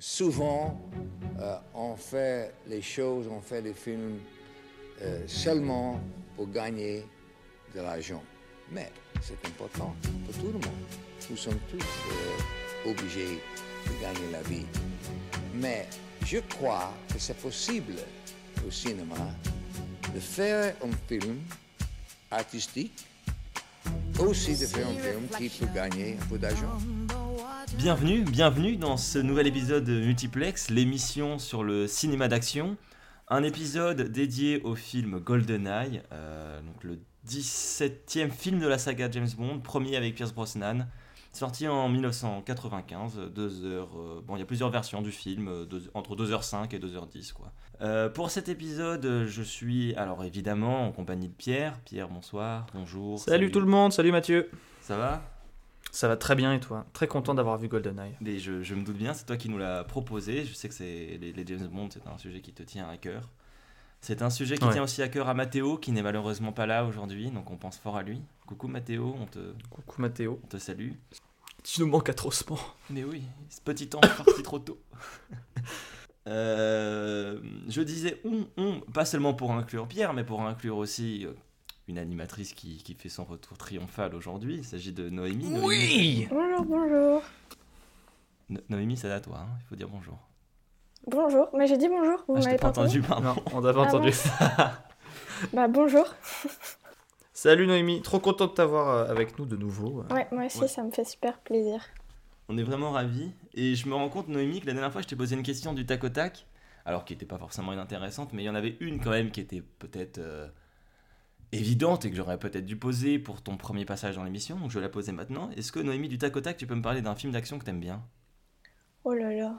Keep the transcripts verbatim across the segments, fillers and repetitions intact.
souvent, euh, on fait les choses, on fait les films euh, seulement pour gagner de l'argent. Mais c'est important pour tout le monde. Nous sommes tous euh, obligés de gagner la vie. Mais je crois que c'est possible au cinéma de faire un film artistique, aussi de faire un film qui peut gagner un peu d'argent. Bienvenue, bienvenue dans ce nouvel épisode de Multiplex, l'émission sur le cinéma d'action. Un épisode dédié au film GoldenEye, euh, donc le dix-septième film de la saga James Bond, premier avec Pierce Brosnan, sorti en dix-neuf cent quatre-vingt-quinze, deux heures, euh, bon il y a plusieurs versions du film, deux, entre deux heures cinq et deux heures dix quoi. Euh, pour cet épisode, je suis alors évidemment en compagnie de Pierre. Pierre, bonsoir, bonjour. Salut, salut tout le monde, salut Mathieu. Ça va ? Ça va très bien et toi ? Très content d'avoir vu GoldenEye. Mais je, je me doute bien, c'est toi qui nous l'as proposé. Je sais que c'est, les, les James Bond, c'est un sujet qui te tient à cœur. C'est un sujet qui ouais. tient aussi à cœur à Mathéo, qui n'est malheureusement pas là aujourd'hui, donc on pense fort à lui. Coucou Mathéo, on te, Coucou Mathéo. On te salue. Tu nous manques atrocement. Mais oui, ce petit temps est parti trop tôt. euh, je disais on, on, pas seulement pour inclure Pierre, mais pour inclure aussi... Euh, une animatrice qui, qui fait son retour triomphal aujourd'hui. Il s'agit de Noémie. Noémie. Oui. Bonjour, bonjour. No- Noémie, c'est à toi, hein. Il faut dire bonjour. Bonjour, mais j'ai dit bonjour, vous ah, m'avez pas entendu, pardon. Non, on t'avait ah entendu. Bon. Bah bonjour. Salut Noémie, trop content de t'avoir avec nous de nouveau. Ouais, moi aussi, ouais. Ça me fait super plaisir. On est vraiment ravis. Et je me rends compte, Noémie, que la dernière fois, je t'ai posé une question du tac au tac, alors qui n'était pas forcément inintéressante, mais il y en avait une quand même qui était peut-être... Euh... évidente et que j'aurais peut-être dû poser pour ton premier passage dans l'émission, donc je vais la poser maintenant. Est-ce que Noémie, du tac au tac, tu peux me parler d'un film d'action que t'aimes bien ? Oh là là.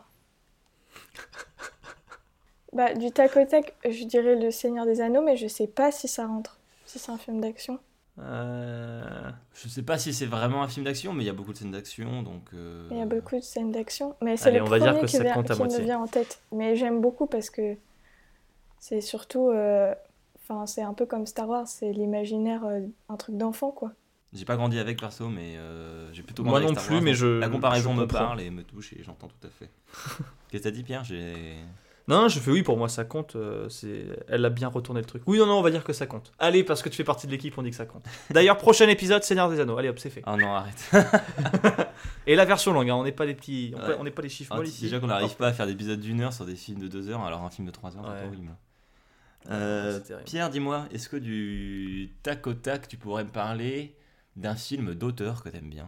Bah du tac au tac, je dirais Le Seigneur des Anneaux, mais je sais pas si ça rentre, si c'est un film d'action. Euh... Je sais pas si c'est vraiment un film d'action, mais il y a beaucoup de scènes d'action, donc... Euh... Il y a beaucoup de scènes d'action, mais c'est Allez, le on premier va dire que qui, ça vient, compte à qui me moitié. vient en tête. Mais j'aime beaucoup parce que c'est surtout... Euh... Enfin, c'est un peu comme Star Wars, c'est l'imaginaire, euh, un truc d'enfant, quoi. J'ai pas grandi avec, perso, mais euh, j'ai plutôt grandi avec Moi non Star plus, Wars, mais je... La comparaison je me comprends. parle et me touche et j'entends tout à fait. Qu'est-ce que t'as dit, Pierre ? J'ai... Non, je fais oui, pour moi ça compte. Euh, c'est... Elle a bien retourné le truc. Oui, non, non, on va dire que ça compte. Allez, parce que tu fais partie de l'équipe, on dit que ça compte. D'ailleurs, prochain épisode, Seigneur des Anneaux. Allez hop, c'est fait. Ah non, arrête. Et la version longue, hein, on n'est pas des petits... On ouais. n'est pas des chiffres ah, molles ici. Déjà qu'on n'arrive oh. pas à faire des épisodes d'une heure sur des films de deux heures, alors un film de trois heures, ouais. c'est horrible. Euh, Pierre, dis-moi, est-ce que du tac au tac, tu pourrais me parler d'un film d'auteur que t'aimes bien ?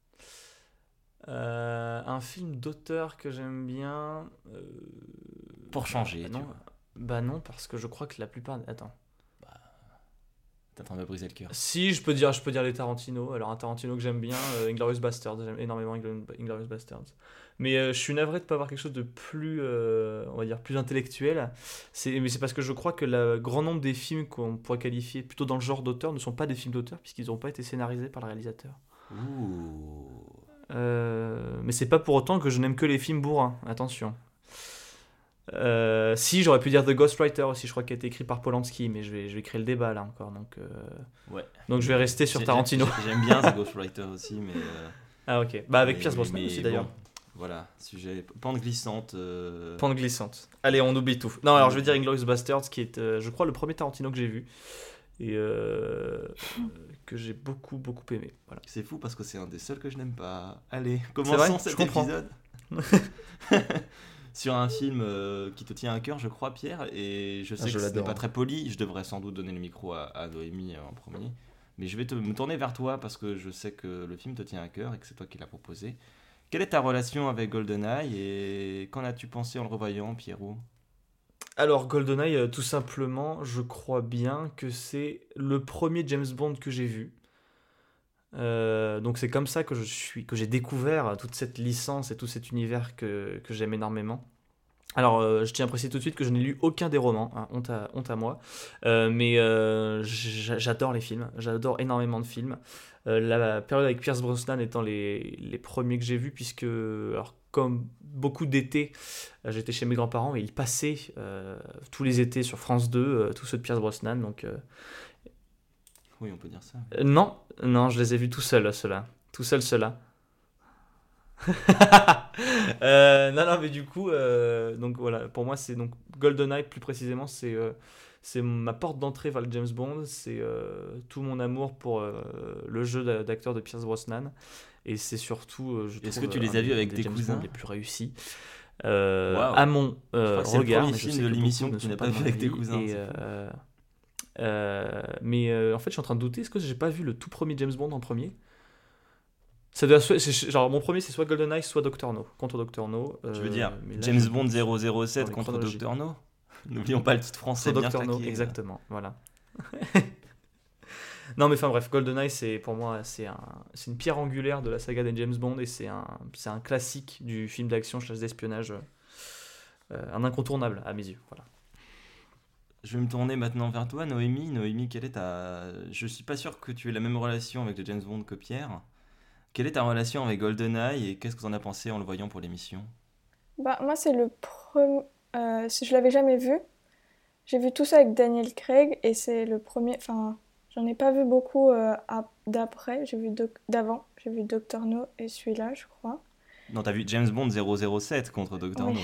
euh, Un film d'auteur que j'aime bien... Euh... Pour changer, bah, tu non. vois. Bah non, parce que je crois que la plupart... Attends. Bah, t'es en train de me briser le cœur. Si, je peux dire, je peux dire les Tarantino. Alors un Tarantino que j'aime bien, euh, Inglourious Basterds, j'aime énormément Inglourious Basterds. Mais euh, je suis navré de ne pas avoir quelque chose de plus, euh, on va dire, plus intellectuel. C'est, mais c'est parce que je crois que le grand nombre des films qu'on pourrait qualifier plutôt dans le genre d'auteur ne sont pas des films d'auteur, puisqu'ils n'ont pas été scénarisés par le réalisateur. Ouh. Euh, mais c'est pas pour autant que je n'aime que les films bourrins, attention. Euh, si, j'aurais pu dire The Ghostwriter aussi, je crois qu'il a été écrit par Polanski, mais je vais, je vais créer le débat là encore. Donc, euh... ouais. donc je vais rester sur J'ai, Tarantino. J'aime bien The Ghostwriter aussi, mais... Euh... Ah ok, bah avec mais, Pierce Brosnan mais, aussi mais d'ailleurs. Bon, voilà, sujet, pente glissante. Euh... Pente glissante. Allez, on oublie tout. Non, alors je vais dire Inglourious Basterds, qui est, euh, je crois, le premier Tarantino que j'ai vu. Et euh, que j'ai beaucoup, beaucoup aimé. Voilà. C'est fou parce que c'est un des seuls que je n'aime pas. Allez, commençons cet épisode. Sur un film euh, qui te tient à cœur, je crois, Pierre, et je sais ah, je que ce n'est pas très poli, je devrais sans doute donner le micro à, à Noémie en premier, mais je vais te, me tourner vers toi parce que je sais que le film te tient à cœur et que c'est toi qui l'as proposé. Quelle est ta relation avec GoldenEye et qu'en as-tu pensé en le revoyant, Pierrot ? Alors, GoldenEye, euh, tout simplement, je crois bien que c'est le premier James Bond que j'ai vu. Euh, donc c'est comme ça que je suis, que j'ai découvert toute cette licence et tout cet univers que, que j'aime énormément. Alors euh, je tiens à préciser tout de suite que je n'ai lu aucun des romans, hein, honte, à, honte à moi, euh, mais euh, j'adore les films, j'adore énormément de films. Euh, la période avec Pierce Brosnan étant les, les premiers que j'ai vus, puisque alors, comme beaucoup d'étés, euh, j'étais chez mes grands-parents et ils passaient euh, tous les étés sur France deux, euh, tous ceux de Pierce Brosnan, donc... Euh, Oui, on peut dire ça. Euh, non, non, je les ai vus tout seuls, ceux-là. Tout seul, ceux-là. Euh, non, non, mais du coup, euh, donc voilà, pour moi, c'est donc GoldenEye, plus précisément, c'est euh, c'est ma porte d'entrée vers le James Bond. C'est euh, tout mon amour pour euh, le jeu d'a- d'acteur de Pierce Brosnan. Et c'est surtout, euh, je Est-ce trouve, que tu euh, les un as vus des, avec des tes James cousins? Bond les plus réussis. Euh, Waouh. à mon Je euh, crois que c'est le regard, premier mais je film sais de que l'émission beaucoup que ne tu n'as sont pas de vu mon avec tes avis, cousins, et, c'est fou. euh, euh, mais euh, en fait, je suis en train de douter. Est-ce que j'ai pas vu le tout premier James Bond en premier? Ça doit soit- c'est- genre mon premier c'est soit GoldenEye soit Doctor No, contre Doctor No. Tu veux euh, dire mais là, James je Bond doute zéro zéro dans sept les contre chronologies. Doctor No? N'oublions pas le titre français Contre bien Doctor No, claqué. exactement, voilà. Non mais enfin bref, GoldenEye c'est pour moi c'est un c'est une pierre angulaire de la saga des James Bond et c'est un c'est un classique du film d'action chasse d'espionnage, euh, un incontournable à mes yeux, voilà. Je vais me tourner maintenant vers toi, Noémie. Noémie, quelle est ta... Je suis pas sûr que tu aies la même relation avec le James Bond que Pierre. Quelle est ta relation avec GoldenEye et qu'est-ce que tu en as pensé en le voyant pour l'émission? Bah, moi, c'est le premier. Euh, si je l'avais jamais vu. J'ai vu tout ça avec Daniel Craig et c'est le premier. Enfin, j'en ai pas vu beaucoup euh, ap- d'après. J'ai vu doc- d'avant. J'ai vu Doctor No et celui-là, je crois. Non, t'as vu James Bond zéro zéro sept contre Doctor Oui. No.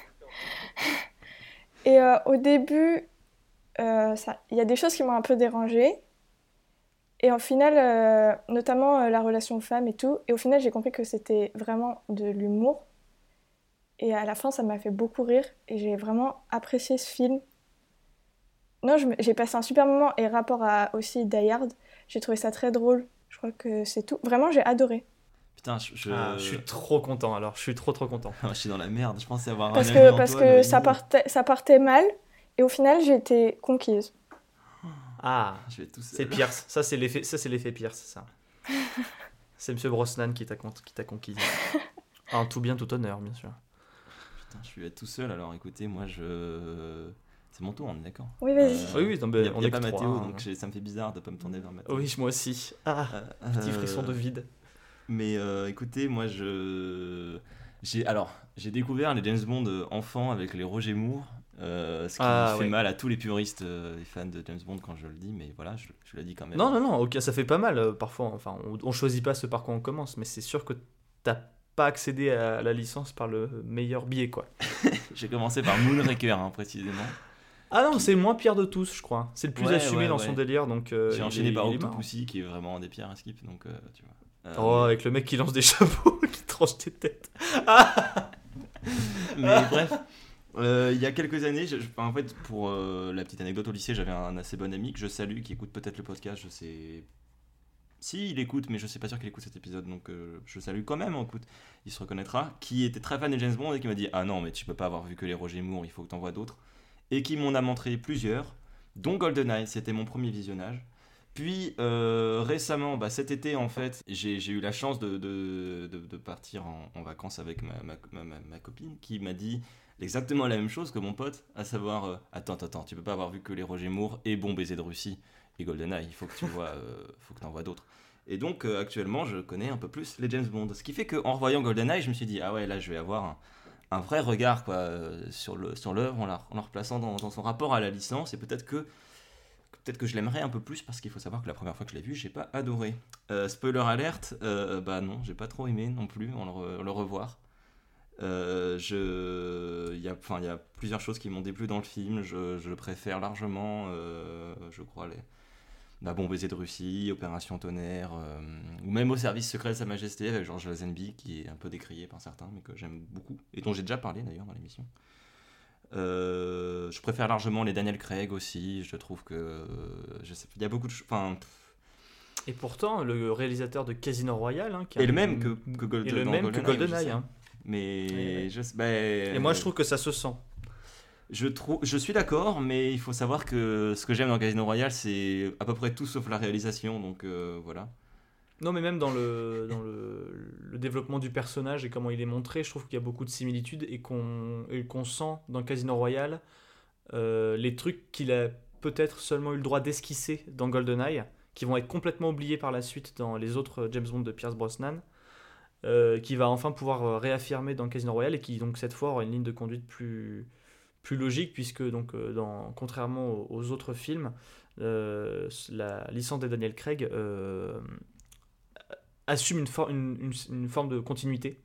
Et euh, au début, euh, ça- il y a des choses qui m'ont un peu dérangée. Et au final, euh, notamment euh, la relation femme et tout. Et au final, j'ai compris que c'était vraiment de l'humour. Et à la fin, ça m'a fait beaucoup rire. Et j'ai vraiment apprécié ce film. Non, je me- j'ai passé un super moment. Et rapport à aussi Die Hard, j'ai trouvé ça très drôle. Je crois que c'est tout. Vraiment, j'ai adoré. Putain, je, je... Ah, je suis trop content alors, je suis trop trop content. je suis dans la merde. Je pensais avoir Parce un que, ami en parce toi, que Noémie. ça partait, ça partait mal. Et au final, j'ai été conquise. Ah, Je vais être tout seul. c'est Pierce, ça c'est l'effet ça c'est l'effet Pierce ça. C'est Monsieur Brosnan qui t'a con- qui t'a conquis. En tout bien tout honneur bien sûr. Putain, je vais être tout seul alors écoutez, moi je. C'est mon tour, on est d'accord. Oui, vas-y. Oui, oui, non, mais Il n'y a, on y a est pas que Mathéo, trois, hein. donc j'ai- ça me fait bizarre de pas me tourner vers Mathéo. Oui, moi aussi. Ah, Euh, petit frisson de vide. Mais euh, écoutez, moi je. J'ai, alors, j'ai découvert les James Bond euh, enfants avec les Roger Moore, euh, ce qui Ah, fait ouais. mal à tous les puristes euh, et fans de James Bond quand je le dis, mais voilà, je, je le dis quand même. Non, non, non, ok, ça fait pas mal euh, parfois. Enfin, on, on choisit pas ce par quoi on commence, mais c'est sûr que t'as pas accédé à la licence par le meilleur biais, quoi. J'ai commencé par Moonraker, hein, précisément. Ah non, c'est le moins pire de tous, je crois. C'est le plus Ouais, assumé ouais, dans ouais. son délire, donc. euh, J'ai il enchaîné est- par il est marrant. Octopussy, qui est vraiment un des pires à skip, donc euh, tu vois. Euh, Oh, mais- avec le mec qui lance des chapeaux, qui tranche des têtes. Mais bref, euh, il y a quelques années, je- je- en fait, pour euh, la petite anecdote au lycée, j'avais un assez bon ami que je salue, qui écoute peut-être le podcast, je sais. Si, il écoute, mais je sais pas sûr qu'il écoute cet épisode, donc euh, je le salue quand même, écoute, il se reconnaîtra, qui était très fan de James Bond et qui m'a dit « Ah non, mais tu peux pas avoir vu que les Roger Moore, il faut que t'en vois d'autres. » Et qui m'en a montré plusieurs, dont GoldenEye, c'était mon premier visionnage. Puis euh, récemment, bah, cet été en fait, j'ai, j'ai eu la chance de, de, de, de partir en, en vacances avec ma, ma, ma, ma- ma copine qui m'a dit exactement la même chose que mon pote, à savoir euh, attends, attends, attends, tu peux pas avoir vu que les Roger Moore et Bon baiser de Russie et GoldenEye, il faut que tu vois, euh, faut que t'en vois d'autres. Et donc euh, actuellement, je connais un peu plus les James Bond. Ce qui fait qu'en revoyant GoldenEye, je me suis dit ah ouais, là je vais avoir un, un vrai regard quoi, euh, sur, le, sur l'œuvre en la, en la replaçant dans, dans son rapport à la licence et peut-être que Peut-être que je l'aimerais un peu plus parce qu'il faut savoir que la première fois que je l'ai vu, j'ai pas adoré. Euh, spoiler alerte, euh, bah non, j'ai pas trop aimé non plus en le, re- le revoir. Euh, je, il y a, enfin, il y a plusieurs choses qui m'ont déplu dans le film. Je, je préfère largement, euh, je crois, les, la Bon baiser de Russie, Opération Tonnerre, euh, ou même Au service secret de Sa Majesté avec Georges Lazenby, qui est un peu décrié par certains, mais que j'aime beaucoup et dont j'ai déjà parlé d'ailleurs dans l'émission. Euh, je préfère largement les Daniel Craig aussi. Je trouve que euh, je sais, il y a beaucoup de choses. Enfin, Et pourtant, le réalisateur de Casino Royale, hein, qui est un- le même que, que, Gold- est le dans même que GoldenEye, GoldenEye. je sais. Hein. Mais Ouais. je, sais- bah, Et moi, je trouve que ça se sent. je trouve, je suis d'accord, mais il faut savoir que ce que j'aime dans Casino Royale, c'est à peu près tout sauf la réalisation. Donc euh, voilà. Non, mais même dans le, dans le, le développement du personnage et comment il est montré, je trouve qu'il y a beaucoup de similitudes et qu'on, et qu'on sent dans Casino Royale euh, les trucs qu'il a peut-être seulement eu le droit d'esquisser dans GoldenEye, qui vont être complètement oubliés par la suite dans les autres James Bond de Pierce Brosnan, euh, qui va enfin pouvoir euh, réaffirmer dans Casino Royale et qui donc cette fois aura une ligne de conduite plus, plus logique, puisque donc, euh, dans, contrairement aux, aux autres films, euh, la licence de Daniel Craig euh, assume une, for- une, une, une forme de continuité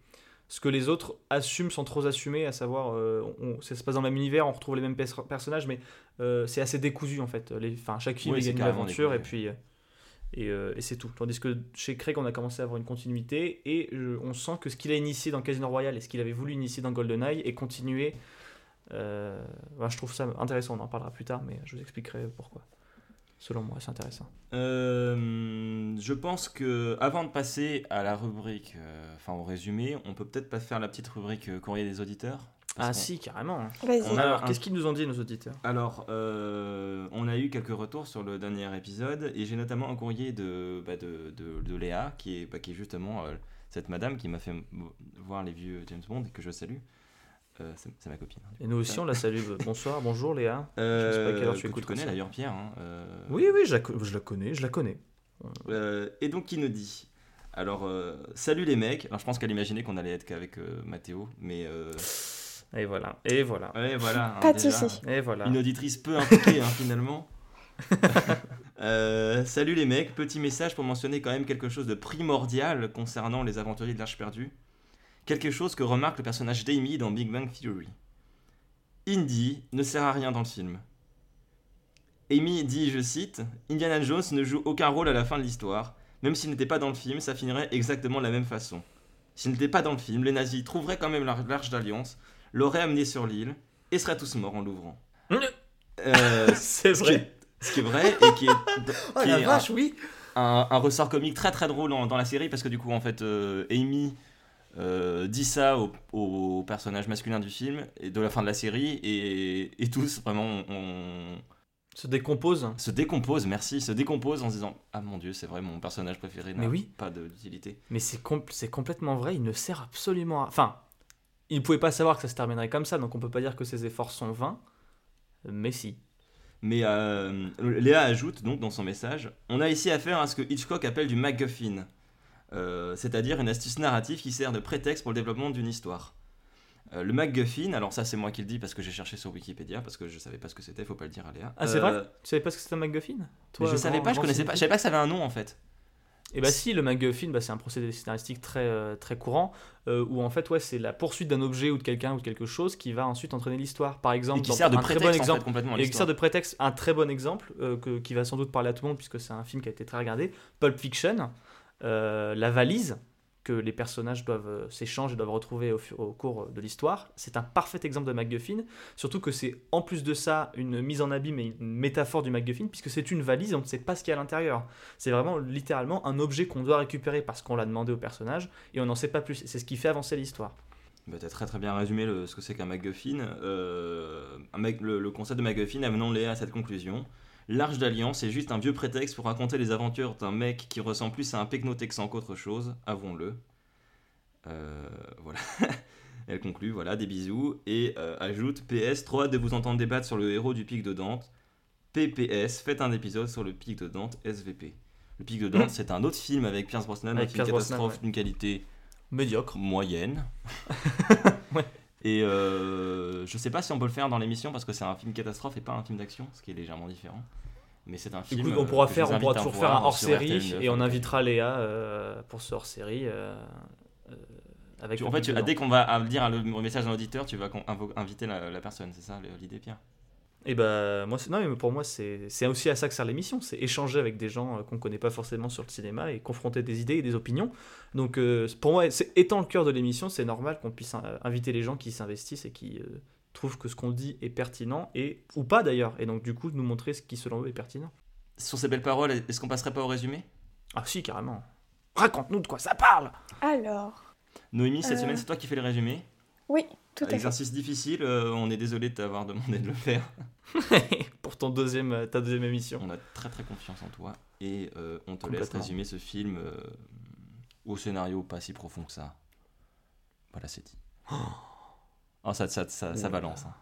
ce que les autres assument sans trop assumer, à savoir, euh, on, ça se passe dans le même univers, on retrouve les mêmes pers- personnages, mais euh, c'est assez décousu en fait. Les, chaque film Oui, il y a c'est une carrément aventure et décousu. puis... Et, euh, et c'est tout. Tandis que chez Craig, on a commencé à avoir une continuité et euh, on sent que ce qu'il a initié dans Casino Royale et ce qu'il avait voulu initier dans GoldenEye est continué. Euh, ben, je trouve ça intéressant, on en parlera plus tard, mais je vous expliquerai pourquoi. Selon moi, c'est intéressant. Euh, je pense que avant de passer à la rubrique, euh, enfin au résumé, on peut peut-être pas faire la petite rubrique euh, courrier des auditeurs. Ah si, carrément. Vas-y. On a Alors, un- qu'est-ce qu'ils nous ont dit, nos auditeurs? Alors, euh, on a eu quelques retours sur le dernier épisode et j'ai notamment un courrier de, bah, de, de, de Léa, qui est, bah, qui est justement euh, cette madame qui m'a fait m- voir les vieux James Bond et que je salue. Euh, c'est, c'est ma copine. Et nous aussi, on la salue. Bonsoir, bonjour Léa. Euh, Je sais pas à quelle heure tu que écoutes tu connais ça. d'ailleurs Pierre. Hein, euh, Oui, oui, je la, co- je la connais, je la connais. Euh, et donc il nous dit, alors euh, salut les mecs, alors je pense qu'elle imaginait qu'on allait être qu'avec euh, Mathéo, mais euh, Et voilà, et voilà, ouais, voilà, hein, Pas de déjà, soucis. et voilà. une auditrice peu impliquée hein, finalement. Euh, salut les mecs, petit message pour mentionner quand même quelque chose de primordial concernant les aventuriers de l'Arche perdue, quelque chose que remarque le personnage d'Amy dans Big Bang Theory. Indy ne sert à rien dans le film. Amy dit, je cite, « Indiana Jones ne joue aucun rôle à la fin de l'histoire. Même s'il n'était pas dans le film, ça finirait exactement de la même façon. S'il n'était pas dans le film, les nazis trouveraient quand même l'Ar- l'Arche d'Alliance, l'auraient amené sur l'île, et seraient tous morts en l'ouvrant. Euh, C'est ce qui vrai. est- Ce qui est vrai, et qui est, Oh qui la est vache, un, oui. un- un ressort comique très très drôle dans, dans la série, parce que du coup, en fait, euh, Amy euh, dit ça au, au personnage masculin du film, et de la fin de la série, et, et tous, vraiment, on... Se décompose. se décompose, merci, se décompose en se disant « Ah mon dieu, c'est vrai, mon personnage préféré n'a Mais oui. pas de- d'utilité. Mais c'est, com- c'est complètement vrai, il ne sert absolument à... Enfin, il ne pouvait pas savoir que ça se terminerait comme ça, donc on peut pas dire que ses efforts sont vains, mais si. » Mais euh, Léa ajoute donc dans son message « On a ici affaire à ce que Hitchcock appelle du MacGuffin, euh, c'est-à-dire une astuce narrative qui sert de prétexte pour le développement d'une histoire. Euh, le MacGuffin, alors ça c'est moi qui le dis parce que j'ai cherché sur Wikipédia, parce que je savais pas ce que c'était, faut pas le dire à Léa. Ah, c'est Euh, vrai? Tu savais pas ce que c'était un MacGuffin? mais je savais pas, je connaissais pas, je savais pas que ça avait un nom en fait. Et bah si, le MacGuffin, bah, c'est un procédé scénaristique très, euh, très courant, euh, où en fait, ouais, c'est la poursuite d'un objet ou de quelqu'un ou de quelque chose qui va ensuite entraîner l'histoire. Par exemple, Et qui dans sert de un très prétexte bon en exemple, fait complètement à et qui l'histoire. sert de prétexte, un très bon exemple, euh, que- qui va sans doute parler à tout le monde, puisque c'est un film qui a été très regardé, Pulp Fiction, euh, la valise que les personnages doivent euh, s'échangent et doivent retrouver au, fu- au cours de l'histoire, c'est un parfait exemple de MacGuffin, surtout que c'est en plus de ça une mise en abîme et une métaphore du MacGuffin, puisque c'est une valise et on ne sait pas ce qu'il y a à l'intérieur. C'est vraiment littéralement un objet qu'on doit récupérer parce qu'on l'a demandé au personnage et on n'en sait pas plus. C'est ce qui fait avancer l'histoire. Bah, t'as très très bien résumé le- ce que c'est qu'un MacGuffin. Euh, un Mac- le, le concept de MacGuffin amenant Léa à cette conclusion. L'Arche d'Alliance est juste un vieux prétexte pour raconter les aventures d'un mec qui ressemble plus à un pecno-texan qu'autre chose, avouons-le. Euh, voilà. Elle conclut, voilà, des bisous, et euh, ajoute P S, trop hâte de vous entendre débattre sur le héros du Pic de Dante. P P S, faites un épisode sur le Pic de Dante, S V P. Le Pic de Dante, Mm. c'est un autre film avec Pierce Brosnan, Avec un film Pierce Brosnan, catastrophe ouais. d'une qualité Médiocre. moyenne. Ouais. Et euh, je sais pas si on peut le faire dans l'émission parce que c'est un film catastrophe et pas un film d'action, ce qui est légèrement différent. Mais c'est un film. Écoute, on euh, pourra que je faire, vous on pourra invite à toujours faire voir un sur R T L hors-série neuf, et on avec- invitera Léa euh, pour ce hors-série. euh, euh, avec Tu- le en fait, Pic tu- de ah, Dante. dès qu'on va à- lire le message d'un auditeur, tu vas con- invo- inviter la, la personne, c'est ça l'idée, Pierre? Et bah, moi, c'est- non, mais pour moi, c'est c'est aussi à ça que sert l'émission, c'est échanger avec des gens euh, qu'on connaît pas forcément sur le cinéma et confronter des idées et des opinions. Donc, euh, pour moi, c'est- étant le cœur de l'émission, c'est normal qu'on puisse euh, inviter les gens qui s'investissent et qui euh, trouvent que ce qu'on dit est pertinent, et, ou pas d'ailleurs, et donc du coup, nous montrer ce qui, selon eux, est pertinent. Sur ces belles paroles, est-ce qu'on passerait pas au résumé? Ah si, carrément. Raconte-nous de quoi ça parle. Alors, Noémie, cette Euh. semaine, c'est toi qui fais le résumé. oui, tout à fait. Exercice difficile, euh, on est désolé de t'avoir demandé de le faire. Pour ton deuxième, euh, ta deuxième émission. On a très très confiance en toi et euh, on te laisse Complètement. résumer ce film euh, au scénario pas si profond que ça. Voilà, c'est dit. Oh, ça, ça, ça, ça Ouh. balance. hein.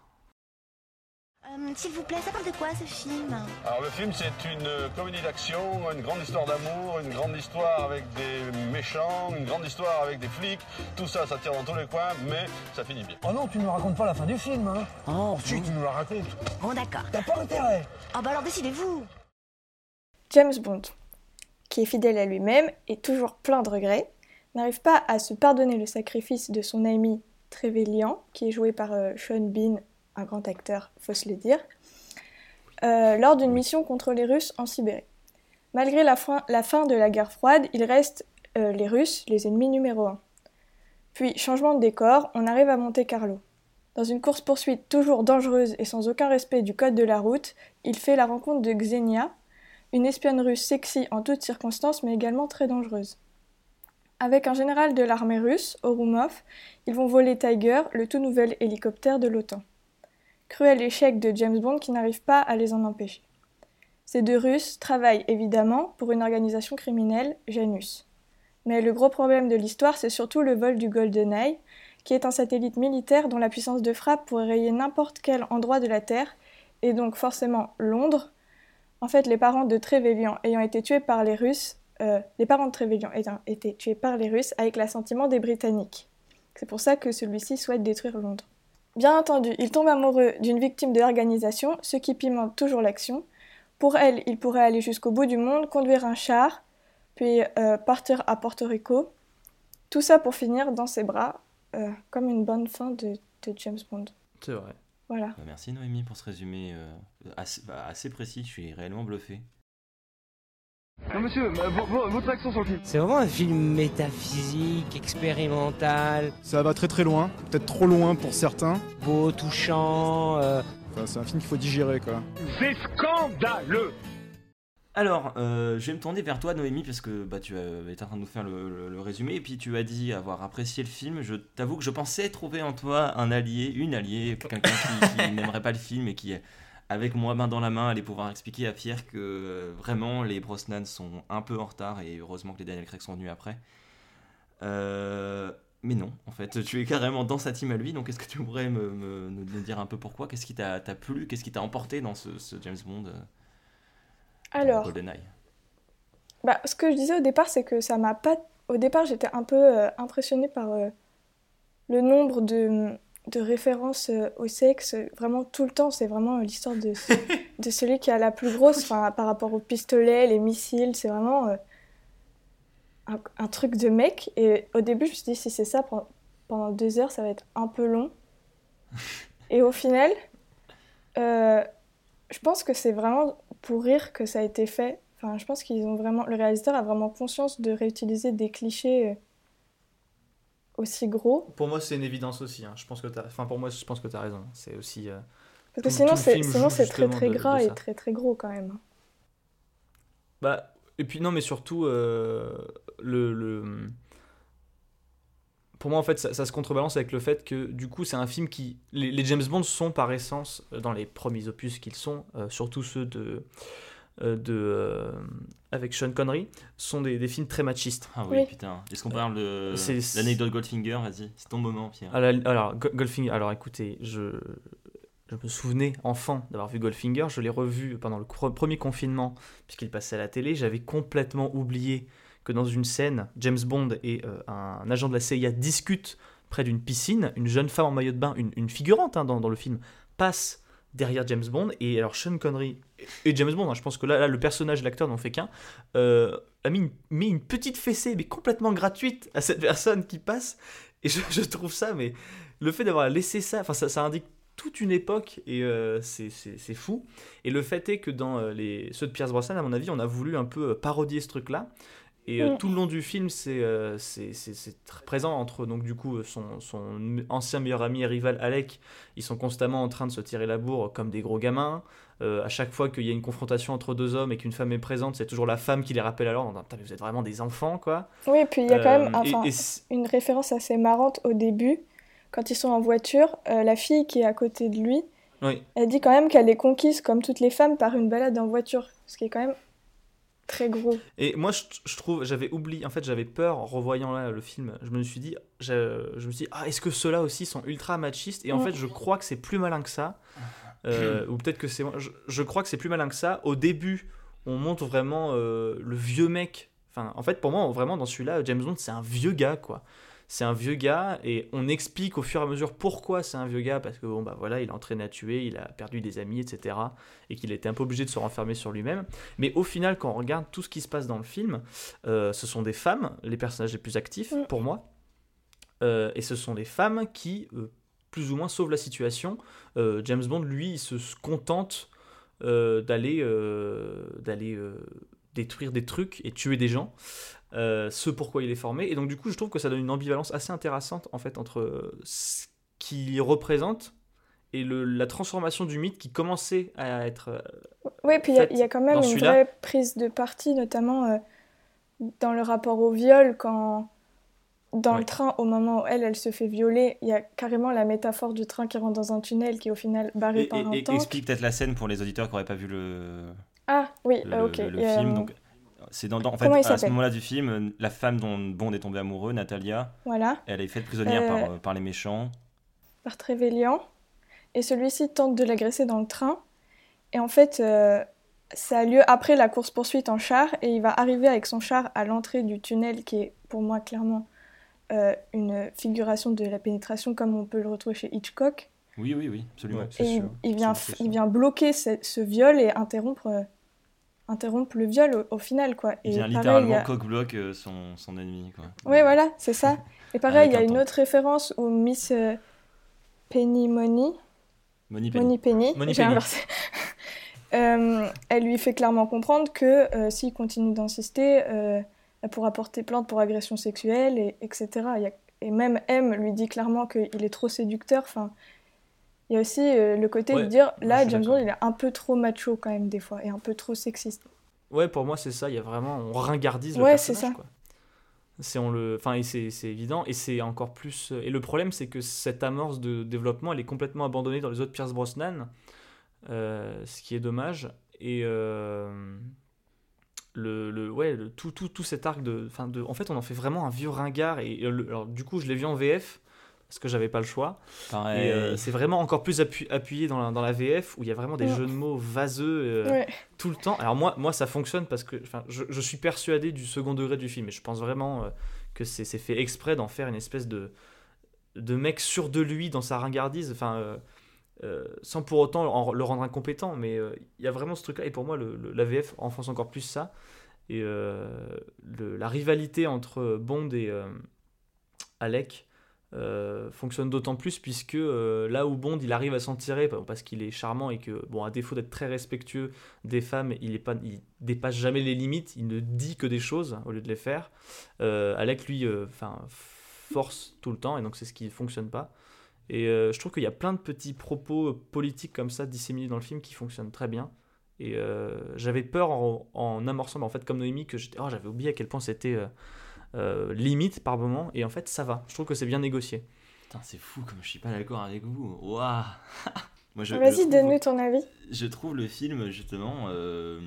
Euh, S'il vous plaît, ça parle de quoi ce film? Alors le film c'est une euh, comédie d'action, une grande histoire d'amour, une grande histoire avec des méchants, une grande histoire avec des flics, tout ça ça tire dans tous les coins mais ça finit bien. Oh non, tu ne nous racontes pas la fin du film, hein. Oh, Si, tu nous la racontes. bon d'accord. T'as pas intérêt. Oh bah alors décidez-vous. James Bond, qui est fidèle à lui-même et toujours plein de regrets, n'arrive pas à se pardonner le sacrifice de son ami Trevelyan, qui est joué par euh, Sean Bean, un grand acteur, faut se le dire, euh, lors d'une mission contre les Russes en Sibérie. Malgré la fin, la fin de la guerre froide, il reste euh, les Russes, les ennemis numéro un. Puis, changement de décor, on arrive à Monte Carlo. Dans une course-poursuite toujours dangereuse et sans aucun respect du code de la route, il fait la rencontre de Xenia, une espionne russe sexy en toutes circonstances mais également très dangereuse. Avec un général de l'armée russe, Orumov, ils vont voler Tiger, le tout nouvel hélicoptère de l'OTAN. Cruel échec de James Bond qui n'arrive pas à les en empêcher. Ces deux Russes travaillent évidemment pour une organisation criminelle, Janus. Mais le gros problème de l'histoire, c'est surtout le vol du GoldenEye, qui est un satellite militaire dont la puissance de frappe pourrait rayer n'importe quel endroit de la Terre, et donc forcément Londres. En fait, les parents de Trevelyan ayant été tués par les Russes, euh, les parents de Trevelyan ayant été tués par les Russes avec l'assentiment des Britanniques. C'est pour ça que celui-ci souhaite détruire Londres. Bien entendu, il tombe amoureux d'une victime de l'organisation, ce qui pimente toujours l'action. Pour elle, il pourrait aller jusqu'au bout du monde, conduire un char, puis euh, partir à Porto Rico. Tout ça pour finir dans ses bras, euh, comme une bonne fin de, de James Bond. C'est vrai. Voilà. Bah, merci Noémie pour ce résumé euh, assez, bah, assez précis, je suis réellement bluffé. Non monsieur, v- v- votre action sur le film. C'est vraiment un film métaphysique, expérimental. Ça va très très loin, peut-être trop loin pour certains. Beau, touchant. Euh... Enfin, c'est un film qu'il faut digérer quoi. C'est scandaleux. Alors, euh, je vais me tourner vers toi Noémie parce que bah, tu as, étais en train de nous faire le, le, le résumé et puis tu as dit avoir apprécié le film. Je t'avoue que je pensais trouver en toi un allié, une alliée, quelqu'un qui, qui n'aimerait pas le film et qui, avec moi main dans la main, allait pouvoir expliquer à Pierre que euh, vraiment les Brosnan sont un peu en retard et heureusement que les Daniel Craig sont venus après. Euh, mais non, en fait, tu es carrément dans sa team à lui, donc est-ce que tu pourrais me, me, nous dire un peu pourquoi ? Qu'est-ce qui t'a, t'a plu ? Qu'est-ce qui t'a emporté dans ce, ce James Bond euh, Alors, GoldenEye ? bah, ce que je disais au départ, c'est que ça m'a pas... Au départ, j'étais un peu euh, impressionnée par euh, le nombre de, de références euh, au sexe. Vraiment, tout le temps, c'est vraiment l'histoire de, de celui qui a la plus grosse, enfin, par rapport aux pistolets, les missiles, c'est vraiment euh, un, un truc de mec. Et au début, je me suis dit, si c'est ça, pendant, pendant deux heures, ça va être un peu long. Et au final, euh, je pense que c'est vraiment pour rire que ça a été fait. Enfin, je pense qu'ils ont vraiment, le réalisateur a vraiment conscience de réutiliser des clichés euh, aussi gros. Pour moi, c'est une évidence aussi. Hein. Je pense que t'as, enfin pour moi, je pense que t'as raison. C'est aussi. Euh, Parce que tout, sinon, tout c'est, film sinon joue c'est très justement très de- gras de et ça. très très gros quand même. Bah, et puis non, mais surtout, euh, le, le... pour moi, en fait, ça, ça se contrebalance avec le fait que, du coup, c'est un film qui... Les, les James Bond sont, par essence, euh, dans les premiers opus qu'ils sont, euh, surtout ceux de... euh, de euh, avec Sean Connery, sont des, des films très machistes. Ah oui, Oui. putain. Est-ce qu'on parle de C'est- l'anecdote Goldfinger ? Vas-y, c'est ton moment, Pierre. Alors, alors, Go- Goldfinger, alors écoutez, je, je me souvenais, enfant, d'avoir vu Goldfinger. Je l'ai revu pendant le cro- premier confinement, puisqu'il passait à la télé. J'avais complètement oublié que dans une scène, James Bond et euh, un agent de la C I A discutent près d'une piscine. Une jeune femme en maillot de bain, une, une figurante hein, dans, dans le film, passe derrière James Bond. Et alors, Sean Connery et James Bond, hein, je pense que là, là, le personnage, l'acteur n'en fait qu'un, euh, a mis une, mis une petite fessée, mais complètement gratuite, à cette personne qui passe. Et je, je trouve ça, mais le fait d'avoir laissé ça, enfin, ça, ça indique toute une époque et euh, c'est, c'est, c'est fou. Et le fait est que dans euh, les, ceux de Pierce Brosnan, à mon avis, on a voulu un peu euh, parodier ce truc-là. Et euh, Mm. tout le long du film, c'est, euh, c'est, c'est, c'est très présent entre donc, du coup, son, son ancien meilleur ami et rival Alec. Ils sont constamment en train de se tirer la bourre comme des gros gamins. Euh, à chaque fois qu'il y a une confrontation entre deux hommes et qu'une femme est présente, c'est toujours la femme qui les rappelle à l'ordre. Putain, mais vous êtes vraiment des enfants, quoi. Oui, et puis il y a quand même Euh, enfin, et- et c'est- une référence assez marrante au début. Quand ils sont en voiture, euh, la fille qui est à côté de lui, oui. elle dit quand même qu'elle est conquise, comme toutes les femmes, par une balade en voiture. Ce qui est quand même très gros. Et moi, je, je trouve, j'avais oublié, en fait, j'avais peur en revoyant là le film. Je me suis dit, je, je me suis dit, ah, est-ce que ceux-là aussi sont ultra machistes ? Et en Mm. fait, je crois que c'est plus malin que ça. Euh, ou peut-être que c'est moi. Je, je crois que c'est plus malin que ça. Au début, on montre vraiment euh, le vieux mec. Enfin, en fait, pour moi, vraiment, dans celui-là, James Bond, c'est un vieux gars, quoi. c'est un vieux gars et on explique au fur et à mesure pourquoi c'est un vieux gars, parce que bon bah voilà, il est entraîné à tuer, il a perdu des amis, et cetera. Et qu'il était un peu obligé de se renfermer sur lui-même. Mais au final, quand on regarde tout ce qui se passe dans le film, euh, ce sont des femmes, les personnages les plus actifs Mm. pour moi, euh, et ce sont des femmes qui euh, plus ou moins sauvent la situation. Euh, James Bond, lui, il se se contente euh, d'aller euh, d'aller euh, détruire des trucs et tuer des gens. Euh, ce pourquoi il est formé, et donc du coup je trouve que ça donne une ambivalence assez intéressante en fait entre euh, ce qu'il représente et le, la transformation du mythe qui commençait à être euh, Oui, puis il y, a- faite il y a quand même dans une celui-là. vraie prise de parti, notamment euh, dans le rapport au viol, quand dans Ouais. le train, au moment où elle, elle se fait violer, il y a carrément la métaphore du train qui rentre dans un tunnel qui est au final barré Et, par un et- et tank. explique peut-être la scène pour les auditeurs qui n'auraient pas vu le, Ah oui, le, euh, ok. le- le Et, film. euh, Donc, c'est dans, dans- en fait, comment il à ce s'appelle moment-là du film, euh, la femme dont Bond est tombé amoureux, Natalia, Voilà, elle est faite prisonnière Euh, par, euh, par les méchants. par Trevelyan. Et celui-ci tente de l'agresser dans le train. Et en fait, euh, ça a lieu après la course-poursuite en char. Et il va arriver avec son char à l'entrée du tunnel, qui est pour moi clairement euh, une figuration de la pénétration, comme on peut le retrouver chez Hitchcock. Oui, oui, oui, absolument. Ouais, Et c'est il, sûr. il vient, C'est- c'est il sûr. vient bloquer ce, ce viol et interrompre, euh, interrompre le viol au, au final, quoi. Il Et vient pareil, il y littéralement a- coq-bloc euh, son, son ennemi. Quoi. Oui, voilà, c'est ça. Et pareil, Avec il y a un une tank. autre référence où Miss euh, Penny Money, Money Penny. Money Penny, Money j'ai Penny. inversé. Euh, elle lui fait clairement comprendre que euh, s'il continue d'insister, euh, elle pourra porter plainte pour agression sexuelle, et, etc. Il y a- et même M lui dit clairement qu'il est trop séducteur. Enfin, il y a aussi euh, le côté Ouais, de dire, je là, suis James d'accord. Bond, il est un peu trop macho quand même des fois, et un peu trop sexiste. Ouais, pour moi c'est ça, il y a vraiment, on ringardise le Ouais, c'est personnage ça. quoi. C'est on le, enfin et c'est c'est évident et c'est encore plus. Et le problème c'est que cette amorce de développement elle est complètement abandonnée dans les autres Pierce Brosnan, euh, ce qui est dommage. Et euh, le, le ouais le, tout, tout tout cet arc de, enfin de, en fait on en fait vraiment un vieux ringard et, et le- alors du coup je l'ai vu en V F parce que j'avais pas le choix. Pareil. Et euh, c'est vraiment encore plus appu- appuyé dans la, dans la V F où il y a vraiment des Ouais. jeux de mots vaseux euh, Ouais. tout le temps. Alors moi, moi ça fonctionne parce que enfin, je, je suis persuadé du second degré du film et je pense vraiment euh, que c'est c'est fait exprès d'en faire une espèce de, de mec sûr de lui dans sa ringardise, enfin, euh, euh, sans pour autant en- le rendre incompétent. Mais euh, il y a vraiment ce truc-là et pour moi le, le- la V F enfonce encore plus ça. Et euh, le- la rivalité entre Bond et euh, Alec euh, fonctionne d'autant plus puisque euh, là où Bond il arrive à s'en tirer parce qu'il est charmant et que bon à défaut d'être très respectueux des femmes il est pas il dépasse jamais les limites, il ne dit que des choses au lieu de les faire. euh, Alec lui enfin euh, force tout le temps et donc c'est ce qui fonctionne pas et euh, je trouve qu'il y a plein de petits propos politiques comme ça disséminés dans le film qui fonctionnent très bien. Et euh, j'avais peur en, en amorçant en fait comme Noémie que j'étais, oh, j'avais oublié à quel point c'était euh, euh, limite par moment et en fait ça va, je trouve que c'est bien négocié. Putain, c'est fou comme je suis pas d'accord avec vous. Waouh. Moi, je, je Vas-y, trouve- donne-nous ton avis. Je trouve le film justement, euh,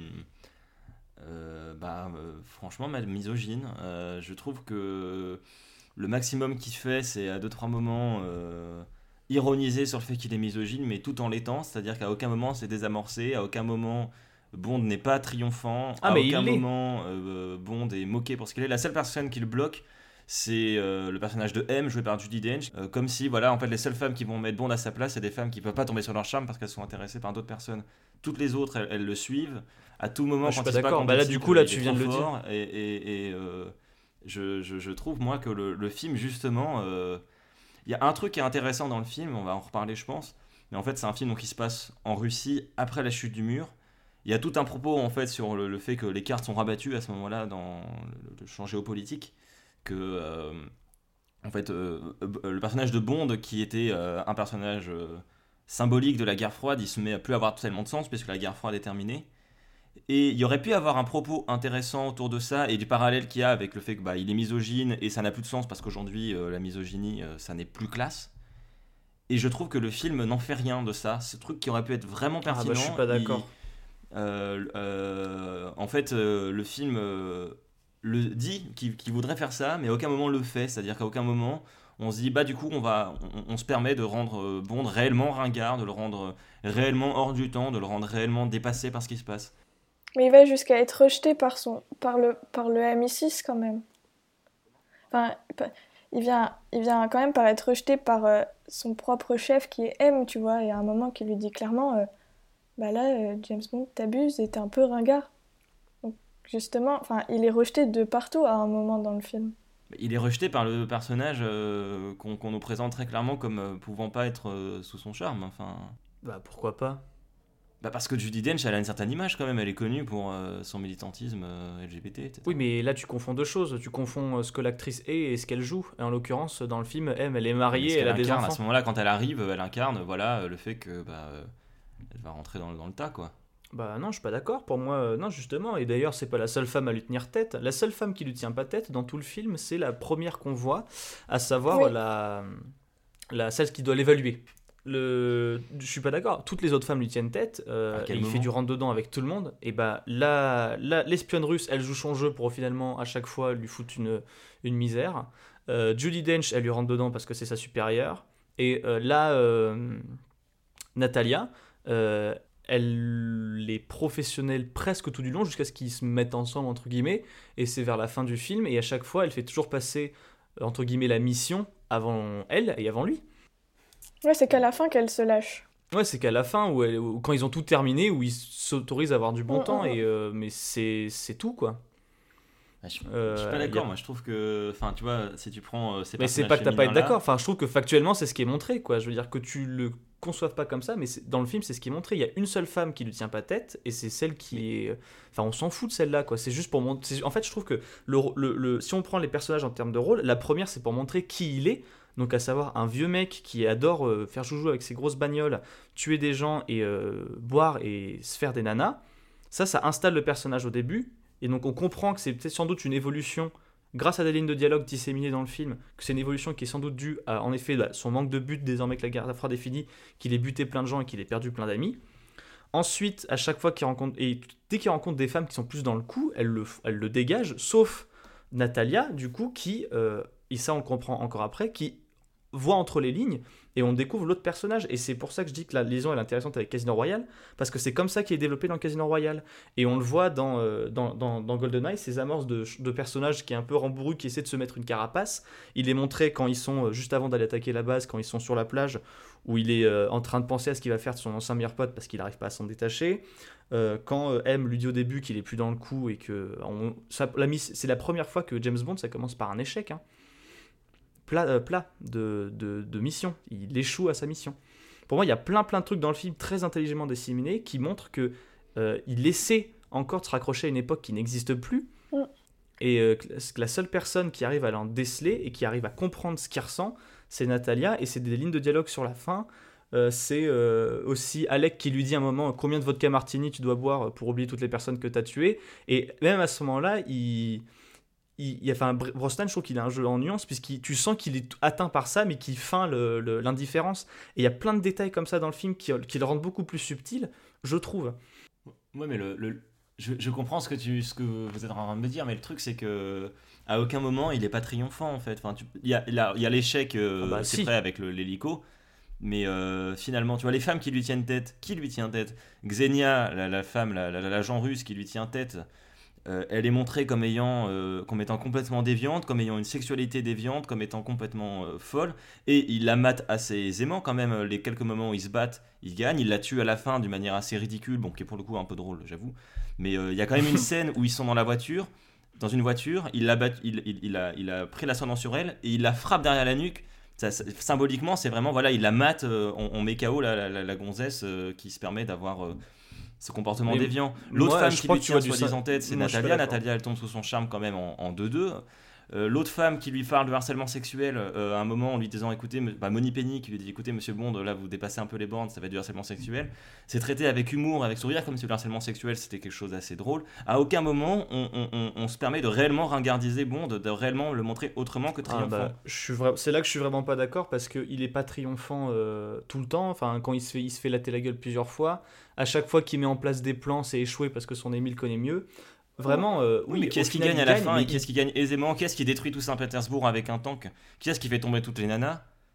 euh, bah, euh, franchement, ma- misogyne. Euh, je trouve que le maximum qu'il fait, c'est à deux trois moments euh, ironiser sur le fait qu'il est misogyne, mais tout en l'étant, c'est-à-dire qu'à aucun moment c'est désamorcé, à aucun moment Bond n'est pas triomphant, Ah, à mais aucun il l'est. moment euh, Bond est moqué pour ce qu'il est. La seule personne qui le bloque, c'est euh, le personnage de M joué par Judi Dench, euh, comme si voilà en fait les seules femmes qui vont mettre Bond à sa place c'est des femmes qui peuvent pas tomber sur leur charme parce qu'elles sont intéressées par d'autres personnes. Toutes les autres elles, elles le suivent à tout moment Ah, je suis quand pas il se bat d'accord. contre Bah là, des du types, coup, là, il est tu viens de trop le dire. fort, et, et, et, euh, je, je, je trouve moi que le, le film justement euh, il y a un truc qui est intéressant dans le film, on va en reparler je pense, mais en fait c'est un film donc, qui se passe en Russie après la chute du mur. Il y a tout un propos en fait sur le, le fait que les cartes sont rabattues à ce moment-là dans le, le champ géopolitique, que euh, en fait euh, euh, le personnage de Bond qui était euh, un personnage euh, symbolique de la guerre froide, il se met à plus avoir tellement de sens puisque la guerre froide est terminée. Et il y aurait pu avoir un propos intéressant autour de ça et du parallèle qu'il y a avec le fait que bah, il est misogyne et ça n'a plus de sens parce qu'aujourd'hui euh, la misogynie euh, ça n'est plus classe. Et je trouve que le film n'en fait rien de ça. Ce truc qui aurait pu être vraiment Ah pertinent. bah je suis pas d'accord. il- euh, euh, en fait, euh, le film euh, le dit qu'il qu'il voudrait faire ça, mais à aucun moment le fait. C'est-à-dire qu'à aucun moment on se dit bah du coup on va, on, on se permet de rendre euh, Bond réellement ringard, de le rendre réellement hors du temps, de le rendre réellement dépassé par ce qui se passe. Mais il va jusqu'à être rejeté par, son, par, le, par le M I six quand même. Enfin, pa- il vient, il vient quand même par être rejeté par euh, son propre chef qui est M, tu vois, et à un moment qui lui dit clairement, euh, bah là, euh, James Bond, t'abuses et t'es un peu ringard. Donc justement, enfin, il est rejeté de partout à un moment dans le film. Il est rejeté par le personnage euh, qu'on, qu'on nous présente très clairement comme euh, pouvant pas être euh, sous son charme. Enfin, Bah pourquoi pas. bah parce que Judi Dench, elle a une certaine image quand même. Elle est connue pour euh, son militantisme euh, L G B T, et cetera. Oui, mais là tu confonds deux choses. Tu confonds euh, ce que l'actrice est et ce qu'elle joue. Et en l'occurrence, dans le film, M, elle est Mais mariée, ce elle qu'elle a des incarne, enfants. à ce moment-là, quand elle arrive, elle incarne voilà, le fait que bah, euh, elle va rentrer dans, le- dans le tas, quoi. Bah non, je suis pas d'accord. Pour moi, euh, non, justement. Et d'ailleurs, c'est pas la seule femme à lui tenir tête. La seule femme qui lui tient pas tête dans tout le film, c'est la première qu'on voit, à savoir Oui. la, la celle qui doit l'évaluer. Le... Je suis pas d'accord. Toutes les autres femmes lui tiennent tête. euh, À quel et il fait moment du rentre-dedans avec tout le monde. Et bah là, là, l'espionne russe, elle joue son jeu pour finalement à chaque fois lui foutre une, une misère. Euh, Judi Dench, elle lui rentre dedans parce que c'est sa supérieure. Et euh, là, euh, Natalia, euh, elle est professionnelle presque tout du long jusqu'à ce qu'ils se mettent ensemble entre guillemets. Et c'est vers la fin du film. Et à chaque fois, elle fait toujours passer euh, entre guillemets la mission avant elle et avant lui. Ouais, c'est qu'à la fin qu'elle se lâche. Ouais, c'est qu'à la fin, où, elle- où quand ils ont tout terminé, où ils s'autorisent à avoir du bon Mm, temps, mm, et, euh, mais c'est, c'est tout, quoi. Bah, je, Euh, je suis pas y d'accord, a- moi je trouve que, enfin tu vois, si tu prends euh, ces Mais c'est personnages pas que t'as pas à être féminins-là, d'accord, enfin, je trouve que factuellement, c'est ce qui est montré, quoi. Je veux dire que tu le conçoives pas comme ça, mais c'est- dans le film, c'est ce qui est montré. Il y a une seule femme qui lui tient pas tête, et c'est celle qui est... Enfin, on s'en fout de celle-là, quoi. C'est juste pour montrer... En fait, je trouve que le, le, le- si on prend les personnages en termes de rôle, la première, c'est pour montrer qui il est. Donc à savoir un vieux mec qui adore euh, faire joujou avec ses grosses bagnoles, tuer des gens et euh, boire et se faire des nanas. Ça, ça installe le personnage au début. Et donc on comprend que c'est peut-être sans doute une évolution, grâce à des lignes de dialogue disséminées dans le film, que c'est une évolution qui est sans doute due à, en effet, bah, son manque de but désormais que la guerre froide est finie, qu'il ait buté plein de gens et qu'il ait perdu plein d'amis. Ensuite, à chaque fois qu'il rencontre, et dès qu'il rencontre des femmes qui sont plus dans le coup, elle le, elle le dégage, sauf Natalia, du coup, qui, euh, et ça on le comprend encore après, qui voit entre les lignes et on découvre l'autre personnage. Et c'est pour ça que je dis que la liaison elle est intéressante avec Casino Royale, parce que c'est comme ça qu'il est développé dans Casino Royale. Et on le voit dans, euh, dans, dans, dans GoldenEye, ces amorces de, de personnages qui est un peu rembourru, qui essaie de se mettre une carapace. Il est montré quand ils sont, euh, juste avant d'aller attaquer la base, quand ils sont sur la plage, où il est euh, en train de penser à ce qu'il va faire de son ancien meilleur pote parce qu'il n'arrive pas à s'en détacher. Euh, quand euh, M lui dit au début qu'il est plus dans le coup et que on, ça, la miss, c'est la première fois que James Bond ça commence par un échec, hein. plat, euh, plat de, de, de mission. Il échoue à sa mission. Pour moi, il y a plein plein de trucs dans le film très intelligemment disséminés qui montrent que euh, il essaie encore de se raccrocher à une époque qui n'existe plus. Mm. Et euh, que la seule personne qui arrive à l'en déceler et qui arrive à comprendre ce qu'il ressent, c'est Natalia. Et c'est des lignes de dialogue sur la fin. Euh, c'est euh, aussi Alec qui lui dit à un moment combien de vodka martini tu dois boire pour oublier toutes les personnes que tu as tuées. Et même à ce moment-là, il... Il, il, enfin, Brosnan, je trouve qu'il a un jeu en nuance, puisque tu sens qu'il est atteint par ça, mais qu'il feint le, le, l'indifférence. Et il y a plein de détails comme ça dans le film qui, qui le rendent beaucoup plus subtil, je trouve. Ouais, mais le, le, je, je comprends ce que, tu, ce que vous êtes en train de me dire, mais le truc, c'est que à aucun moment, il n'est pas triomphant, en fait. Enfin, tu, il, y a, il, y a, il y a l'échec, euh, ah bah, c'est si. vrai, avec le, l'hélico. Mais euh, finalement, tu vois, les femmes qui lui tiennent tête, qui lui tient tête Xenia, la, la femme, la, la, l'agent russe qui lui tient tête, Euh, elle est montrée comme ayant, euh, comme étant complètement déviante, comme ayant une sexualité déviante, comme étant complètement euh, folle, et il la mate assez aisément quand même. Les quelques moments où ils se battent, il gagne, il la tue à la fin d'une manière assez ridicule, bon, qui est pour le coup un peu drôle, j'avoue. Mais il euh, y a quand même une scène où ils sont dans la voiture, dans une voiture, il, la bat, il, il, il, a, il a pris l'ascendant sur elle et il la frappe derrière la nuque. Ça, ça, symboliquement, c'est vraiment, voilà, il la mate, euh, on, on met K O la, la, la, la gonzesse euh, qui se permet d'avoir. Euh, ce comportement mais déviant. L'autre moi, femme je qui crois lui que tu tient vois du soi-disant ça- tête, c'est moi, je suis pas Natalia. d'accord. Natalia, elle tombe sous son charme quand même en, en deux deux. Euh, l'autre femme qui lui parle de harcèlement sexuel, euh, à un moment en lui disant écoutez, me- bah, Moni Penny qui lui dit écoutez monsieur Bond, là vous dépassez un peu les bornes, ça va être du harcèlement sexuel. C'est traité avec humour, avec sourire, comme si le harcèlement sexuel c'était quelque chose d'assez drôle. À aucun moment on, on, on, on se permet de réellement ringardiser Bond, de, de réellement le montrer autrement que Ah triomphant. bah, je suis vra- c'est là que je suis vraiment pas d'accord parce qu'il est pas triomphant euh, tout le temps. Enfin, quand il se fait, il se fait latter la gueule plusieurs fois. À chaque fois qu'il met en place des plans, c'est échoué parce que son Émile connaît mieux. Vraiment, euh, Oui, oui, mais qui au est-ce qui final, gagne à il la gagne, fin mais et qui est-ce qui gagne aisément? Qui est-ce qui détruit tout Saint-Pétersbourg avec un tank? Qui est-ce qui fait tomber toutes les nanas?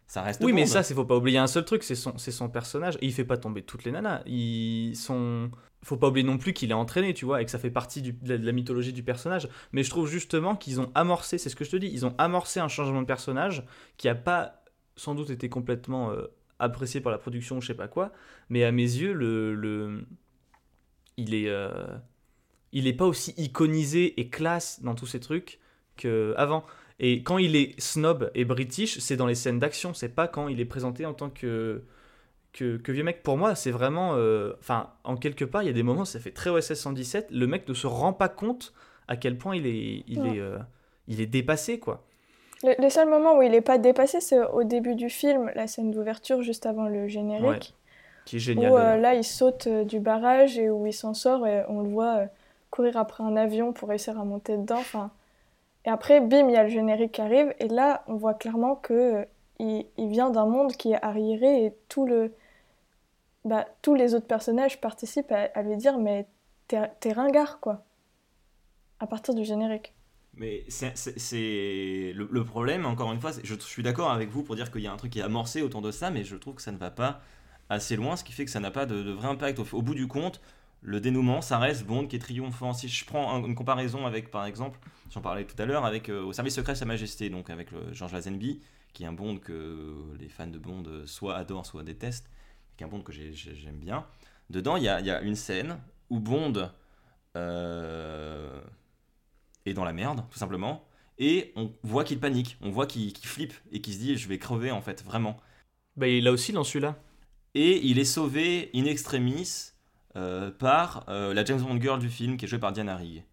Ça reste Oui, Bond. mais ça, c'est faut pas oublier un seul truc, c'est son, c'est son personnage. Et il fait pas tomber toutes les nanas. Ils sont... Faut pas oublier non plus qu'il est entraîné, tu vois, et que ça fait partie du, de, la, de la mythologie du personnage. Mais je trouve justement qu'ils ont amorcé, c'est ce que je te dis, ils ont amorcé un changement de personnage qui a pas sans doute été complètement euh, apprécié par la production, je sais pas quoi. Mais à mes yeux, le, le... il est, euh... il est pas aussi iconisé et classe dans tous ces trucs qu'avant. Et quand il est snob et british, c'est dans les scènes d'action, c'est pas quand il est présenté en tant que, que, que vieux mec. Pour moi, c'est vraiment... Enfin, euh, en quelque part, il y a des moments, ça fait très O S S cent dix-sept, le mec ne se rend pas compte à quel point il est, il ouais. est, euh, il est dépassé, quoi. Le, les seuls moments où il est pas dépassé, c'est au début du film, la scène d'ouverture, juste avant le générique. Ouais, qui est génial. Où euh, là, il saute euh, du barrage et où il s'en sort et on le voit euh, courir après un avion pour réussir à monter dedans, enfin... Et après, bim, il y a le générique qui arrive, et là, on voit clairement qu'il euh, il vient d'un monde qui est arriéré, et tout le, bah, tous les autres personnages participent à, à lui dire « mais t'es, t'es ringard, quoi », à partir du générique. Mais c'est, c'est, c'est... Le, le problème, encore une fois, je, je suis d'accord avec vous pour dire qu'il y a un truc qui est amorcé autour de ça, mais je trouve que ça ne va pas assez loin, ce qui fait que ça n'a pas de, de vrai impact. Au, au bout du compte, le dénouement, ça reste Bond qui est triomphant. Si je prends un, une comparaison avec, par exemple, j'en parlais tout à l'heure, avec euh, Au service secret de Sa Majesté, donc avec le George Lazenby, qui est un Bond que les fans de Bond soit adorent, soit détestent, qui est un Bond que j'ai, j'ai, j'aime bien. Dedans, il y a, y a une scène où Bond euh, est dans la merde, tout simplement, et on voit qu'il panique, on voit qu'il, qu'il flippe, et qu'il se dit « je vais crever, en fait, vraiment ». Bah, il est là aussi dans celui-là. Et il est sauvé in extremis Euh, par euh, la James Bond girl du film qui est jouée par Diana Rigg.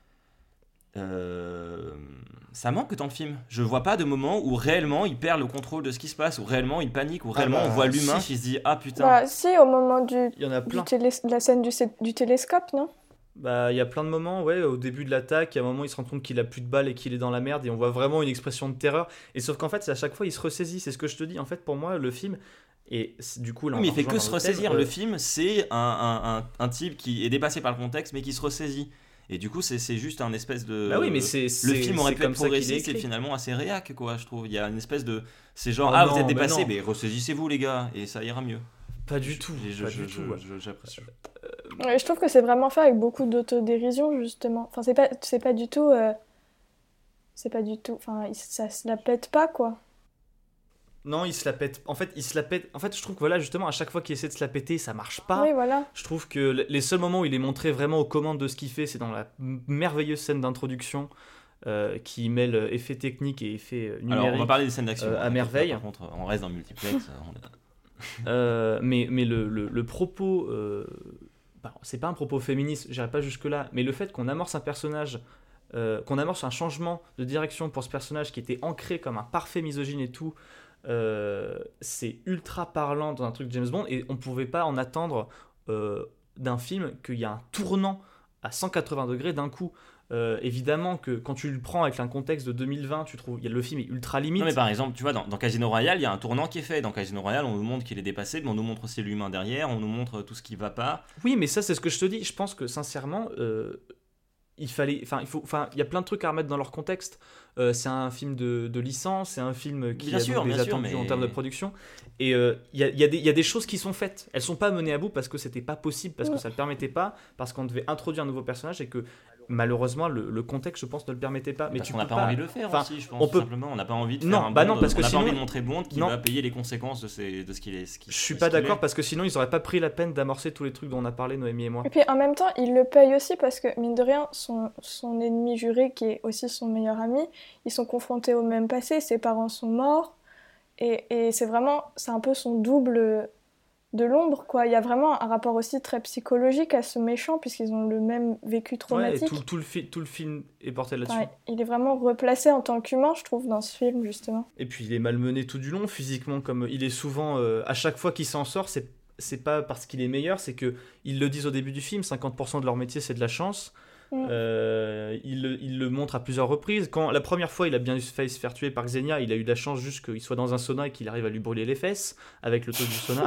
Euh, ça manque dans le film. Je vois pas de moment où réellement il perd le contrôle de ce qui se passe, où réellement il panique, où réellement ah bah, on voit l'humain si. qui se dit ah putain. Bah si, au moment du, Il y en a plein. du télé, la scène du, du télescope, non ? Bah, il y a plein de moments, ouais, au début de l'attaque, il y a un moment, il se rend compte qu'il a plus de balles et qu'il est dans la merde, et on voit vraiment une expression de terreur. Et sauf qu'en fait, c'est à chaque fois, il se ressaisit. C'est ce que je te dis. En fait, pour moi, le film, et du coup, là, Oui, mais on il fait rejoint que dans se le thème, ressaisir. euh, Le film, c'est un, un, un, un type qui est dépassé par le contexte, mais qui se ressaisit. Et du coup, c'est, c'est juste un espèce de. Bah oui, mais c'est, le c'est, film aurait c'est pu être comme ça qu'il est progressiste, c'est écrit. finalement assez réac, quoi, je trouve. Il y a une espèce de. C'est genre, Oh ah, non, vous êtes mais dépassé, non. mais ressaisissez-vous, les gars, et ça ira mieux. Pas du tout. Et je, pas je, du je, tout. ouais. je- j'apprécie. Ouais, je trouve que c'est vraiment fait avec beaucoup d'autodérision, justement. Enfin, c'est pas, c'est pas du tout... euh, C'est pas du tout... Enfin, il- ça se la pète pas, quoi. Non, il se la pète. En fait, il se la pète. En fait, je trouve que voilà, justement, à chaque fois qu'il essaie de se la péter, ça marche pas. Oui, voilà. Je trouve que l- les seuls moments où il est montré vraiment aux commandes de ce qu'il fait, c'est dans la m- merveilleuse scène d'introduction euh, qui mêle euh, effets techniques et effets euh, numériques. Alors, on va parler des scènes d'action. euh, hein, à merveille. Par contre, on reste dans le multiplex. on est- Euh, mais mais le, le, le propos, euh, bah, c'est pas un propos féministe, j'irai pas jusque-là, mais le fait qu'on amorce un personnage, euh, qu'on amorce un changement de direction pour ce personnage qui était ancré comme un parfait misogyne et tout, euh, c'est ultra parlant dans un truc James Bond, et on pouvait pas en attendre euh, d'un film qu'il y a un tournant à cent quatre-vingts degrés d'un coup. Euh, évidemment que quand tu le prends avec un contexte de deux mille vingt, tu trouves, il y a- le film est ultra limite. Non, mais par exemple, tu vois, dans, dans Casino Royale, il y a un tournant qui est fait. Dans Casino Royale, on nous montre qu'il est dépassé, mais on nous montre aussi l'humain derrière, on nous montre tout ce qui va pas. Oui, mais ça, c'est ce que je te dis. Je pense que, sincèrement, euh, il fallait... Enfin, il faut... enfin, il y a plein de trucs à remettre dans leur contexte. Euh, c'est un film de, de licence, c'est un film qui Bien a sûr, donc des bien sûr, attendus mais- en termes de production. Et euh, il y, a, il y, a des- il y a des choses qui sont faites. Elles sont pas menées à bout parce que c'était pas possible, parce que ça le permettait pas, parce qu'on devait introduire un nouveau personnage et que, malheureusement, le, le contexte, je pense, ne le permettait pas. Mais Parce tu qu'on n'a peux pas envie de le faire enfin, aussi, je pense, on tout peut... simplement. On n'a pas envie de Non, faire un bah Bond, non, parce que on n'a sinon- pas envie de montrer Bond qui Non. va payer les conséquences de, ses, de ce qu'il est. Ce qu'il, Je suis ce pas qu'il d'accord est. parce que sinon, ils auraient pas pris la peine d'amorcer tous les trucs dont on a parlé, Noémie et moi. Et puis en même temps, il le paye aussi parce que, mine de rien, son, son ennemi juré, qui est aussi son meilleur ami, ils sont confrontés au même passé, ses parents sont morts, et, et c'est vraiment, c'est un peu son double de l'ombre, quoi. Il y a vraiment un rapport aussi très psychologique à ce méchant, puisqu'ils ont le même vécu Ouais, et traumatique. tout, tout, le fi- tout le film est porté là-dessus. Enfin, il est vraiment replacé en tant qu'humain, je trouve, dans ce film, justement. Et puis il est malmené tout du long, physiquement, comme il est souvent... euh, à chaque fois qu'il s'en sort, c'est, c'est pas parce qu'il est meilleur, c'est que ils le disent au début du film, cinquante pour cent de leur métier, c'est de la chance. Mm. Euh, il, le- il le montre à plusieurs reprises. Quand la première fois, il a bien failli se faire tuer par Xenia, il a eu de la chance juste qu'il soit dans un sauna et qu'il arrive à lui brûler les fesses avec le taux du sauna.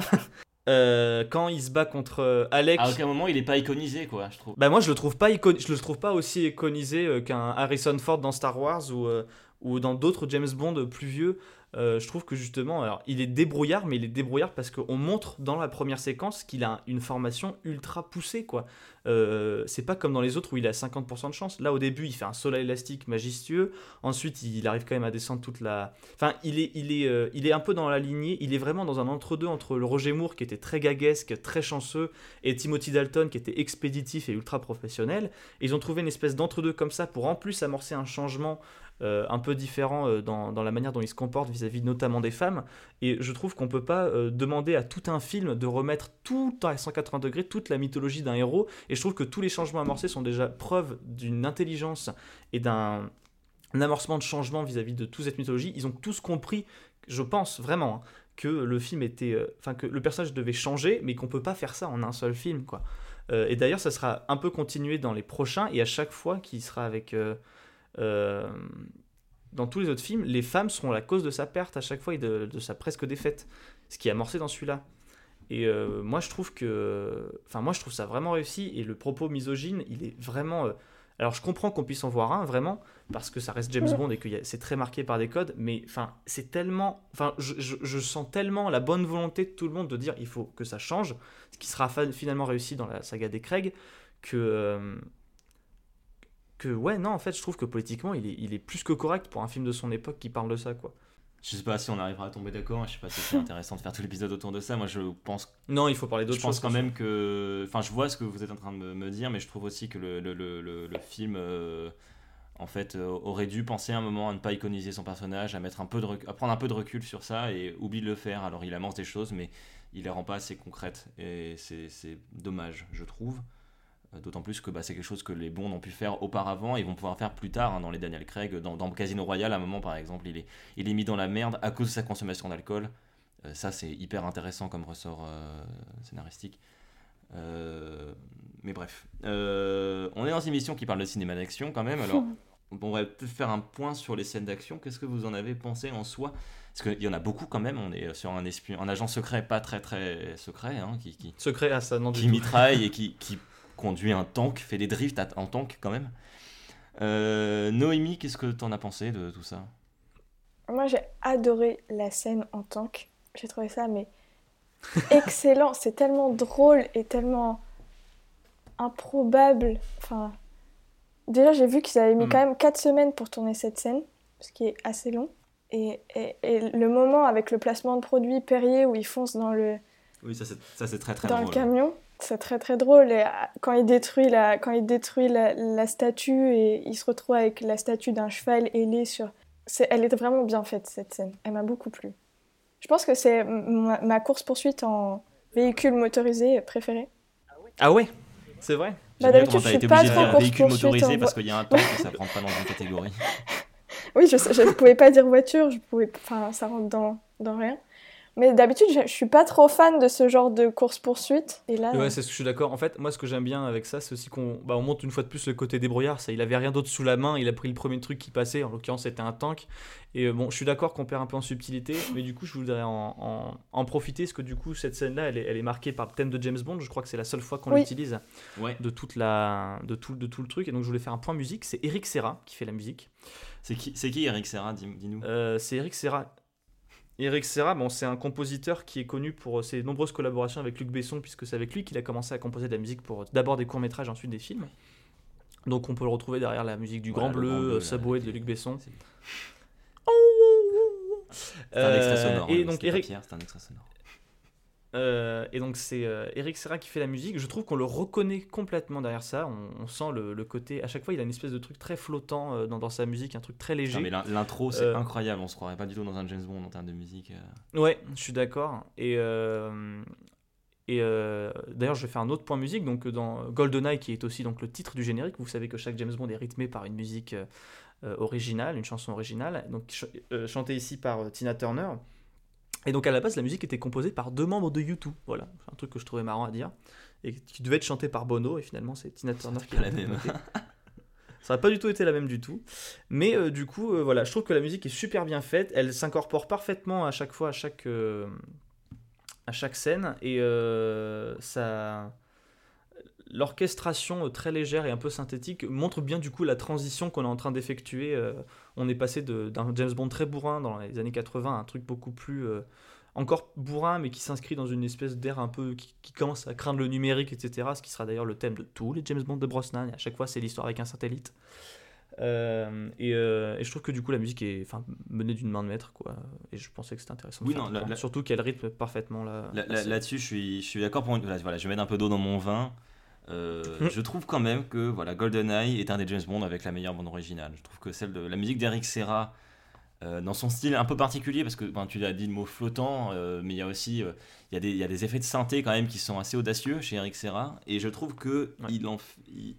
Euh, quand il se bat contre euh, Alec... À aucun moment, il est pas iconisé, quoi, je trouve. Bah moi je le trouve pas icon... je le trouve pas aussi iconisé euh, qu'un Harrison Ford dans Star Wars ou, euh, ou dans d'autres James Bond plus vieux, euh, je trouve que justement, alors il est débrouillard, mais il est débrouillard parce qu'on montre dans la première séquence qu'il a une formation ultra poussée, quoi. Euh, c'est pas comme dans les autres où il a cinquante pour cent de chance. Là, au début, il fait un saut élastique majestueux. Ensuite, il arrive quand même à descendre toute la. Enfin, il est, il est, euh, il est un peu dans la lignée. Il est vraiment dans un entre-deux entre le Roger Moore qui était très gaguesque, très chanceux, et Timothy Dalton qui était expéditif et ultra professionnel. Et ils ont trouvé une espèce d'entre-deux comme ça pour en plus amorcer un changement. Euh, un peu différent euh, dans, dans la manière dont il se comporte vis-à-vis notamment des femmes, et je trouve qu'on peut pas euh, demander à tout un film de remettre tout à cent quatre-vingts degrés, toute la mythologie d'un héros, et je trouve que tous les changements amorcés sont déjà preuve d'une intelligence et d'un un amorcement de changement vis-à-vis de toute cette mythologie. Ils ont tous compris, je pense vraiment, hein, que le film était, enfin euh, que le personnage devait changer, mais qu'on peut pas faire ça en un seul film, quoi. Euh, et d'ailleurs, ça sera un peu continué dans les prochains, et à chaque fois qu'il sera avec euh, Euh, dans tous les autres films, les femmes seront la cause de sa perte à chaque fois et de, de sa presque défaite, ce qui est amorcé dans celui-là. Et euh, moi je trouve que, enfin moi je trouve ça vraiment réussi, et le propos misogyne, il est vraiment. Euh, alors je comprends qu'on puisse en voir un vraiment parce que ça reste James Bond et que y a, c'est très marqué par des codes, mais enfin c'est tellement, enfin je, je, je sens tellement la bonne volonté de tout le monde de dire il faut que ça change, ce qui sera fa- finalement réussi dans la saga des Craig, que euh, que ouais non en fait je trouve que politiquement il est, il est plus que correct pour un film de son époque qui parle de ça, quoi. Je sais pas si on arrivera à tomber d'accord, je sais pas si c'est intéressant de faire tout l'épisode autour de ça. Moi je pense non il faut parler d'autres je pense choses quand même que, enfin je vois ce que vous êtes en train de me, me dire, mais je trouve aussi que le, le, le, le, le film euh, en fait euh, aurait dû penser un moment à ne pas iconiser son personnage, à mettre un peu de rec- à prendre un peu de recul sur ça et oublie de le faire. Alors il amorce des choses mais il les rend pas assez concrètes et c'est, c'est dommage je trouve. D'autant plus que bah, c'est quelque chose que les Bonds ont pu faire auparavant et ils vont pouvoir faire plus tard, hein, dans les Daniel Craig. Dans, dans Casino Royale, à un moment par exemple, il est, il est mis dans la merde à cause de sa consommation d'alcool. Euh, ça, c'est hyper intéressant comme ressort euh, scénaristique. Euh, mais bref. Euh, on est dans une émission qui parle de cinéma d'action quand même. Alors, on va peut-être faire un point sur les scènes d'action. Qu'est-ce que vous en avez pensé en soi ? Parce qu'il y en a beaucoup quand même. On est sur un, espion, un agent secret, pas très très secret, hein, qui, qui, secret à ça, non, qui mitraille et qui. qui conduit un tank, fait des drifts en tank quand même. Euh, Noémie, qu'est-ce que t'en as pensé de tout ça ? Moi, j'ai adoré la scène en tank. J'ai trouvé ça mais excellent. C'est tellement drôle et tellement improbable. Enfin, déjà, j'ai vu qu'ils avaient mis mmh. quand même quatre semaines pour tourner cette scène, ce qui est assez long. Et, et, et le moment avec le placement de produit Perrier où il fonce dans le oui, ça c'est, ça, c'est très très dans drôle. le camion. C'est très très drôle, et quand il détruit la, quand il détruit la, la statue et il se retrouve avec la statue d'un cheval ailé sur... C'est, elle est vraiment bien faite cette scène, elle m'a beaucoup plu. Je pense que c'est ma, ma course-poursuite en véhicule motorisé préférée. Ah ouais, c'est vrai. Bah, d'habitude je suis pas trop véhicule motorisé en... parce qu'il y a un tank et ça rentre pas dans une catégorie. Oui, je ne pouvais pas dire voiture, je pouvais, enfin, ça rentre dans, dans rien. Mais d'habitude, je, je suis pas trop fan de ce genre de course-poursuite. Et là, ouais, c'est ce que je suis d'accord. En fait, moi, ce que j'aime bien avec ça, c'est aussi qu'on bah, on montre une fois de plus le côté débrouillard. Ça, il avait rien d'autre sous la main, il a pris le premier truc qui passait. En l'occurrence, c'était un tank. Et euh, bon, je suis d'accord qu'on perd un peu en subtilité, mais du coup, je voudrais en, en, en profiter, parce que du coup, cette scène-là, elle est, elle est marquée par le thème de James Bond. Je crois que c'est la seule fois qu'on oui. l'utilise ouais. de toute la, de tout, de tout le truc. Et donc, je voulais faire un point musique. C'est Eric Serra qui fait la musique. C'est qui, c'est qui Eric Serra, dis, dis-nous. Euh, c'est Eric Serra. Eric Serra, bon, c'est un compositeur qui est connu pour ses nombreuses collaborations avec Luc Besson, puisque c'est avec lui qu'il a commencé à composer de la musique pour d'abord des courts-métrages, ensuite des films. Donc on peut le retrouver derrière la musique du voilà, Grand Bleu, Grand Bleu Subway de Luc Besson. C'est, c'est un extrait sonore. Et hein, donc Eric... Pierre, c'est un extrait sonore. Euh, et donc c'est euh, Eric Serra qui fait la musique. Je trouve qu'on le reconnaît complètement derrière ça. On, on sent le, le côté. À chaque fois, il a une espèce de truc très flottant euh, dans, dans sa musique, un truc très léger. Non, mais l'intro, c'est euh, incroyable. On se croirait pas du tout dans un James Bond en termes de musique. Euh... Ouais, je suis d'accord. Et, euh, et euh, d'ailleurs, je vais faire un autre point musique. Donc dans GoldenEye, qui est aussi donc le titre du générique, vous savez que chaque James Bond est rythmé par une musique euh, originale, une chanson originale. Donc ch- euh, chantée ici par euh, Tina Turner. Et donc à la base, la musique était composée par deux membres de U deux. Voilà, c'est un truc que je trouvais marrant à dire. Et qui devait être chanté par Bono, et finalement c'est Tina Turner qui l'a même. Ça n'a pas du tout été la même du tout. Mais euh, du coup, euh, voilà, je trouve que la musique est super bien faite. Elle s'incorpore parfaitement à chaque fois, à chaque, euh, à chaque scène. Et euh, ça... l'orchestration très légère et un peu synthétique montre bien du coup la transition qu'on est en train d'effectuer. Euh, on est passé de, d'un James Bond très bourrin dans les années quatre-vingts à un truc beaucoup plus... Euh, encore bourrin, mais qui s'inscrit dans une espèce d'air un peu... Qui, qui commence à craindre le numérique, et cetera. Ce qui sera d'ailleurs le thème de tous les James Bond de Brosnan. Et à chaque fois, c'est l'histoire avec un satellite. Euh, et, euh, et je trouve que du coup, la musique est enfin, menée d'une main de maître, quoi. Et je pensais que c'était intéressant. Oui, non, la, la, surtout qu'elle rythme parfaitement la... la, la là-dessus, je suis, je suis d'accord pour... Une, voilà, je vais mettre un peu d'eau dans mon vin. Euh, mmh. Je trouve quand même que voilà, GoldenEye est un des James Bond avec la meilleure bande originale. Je trouve que celle de la musique d'Eric Serra, euh, dans son style un peu particulier, parce que ben, tu l'as dit le mot flottant, euh, mais il y a aussi euh, il y a des, il y a des effets de synthé quand même qui sont assez audacieux chez Eric Serra, et je trouve que ouais. il, en, il,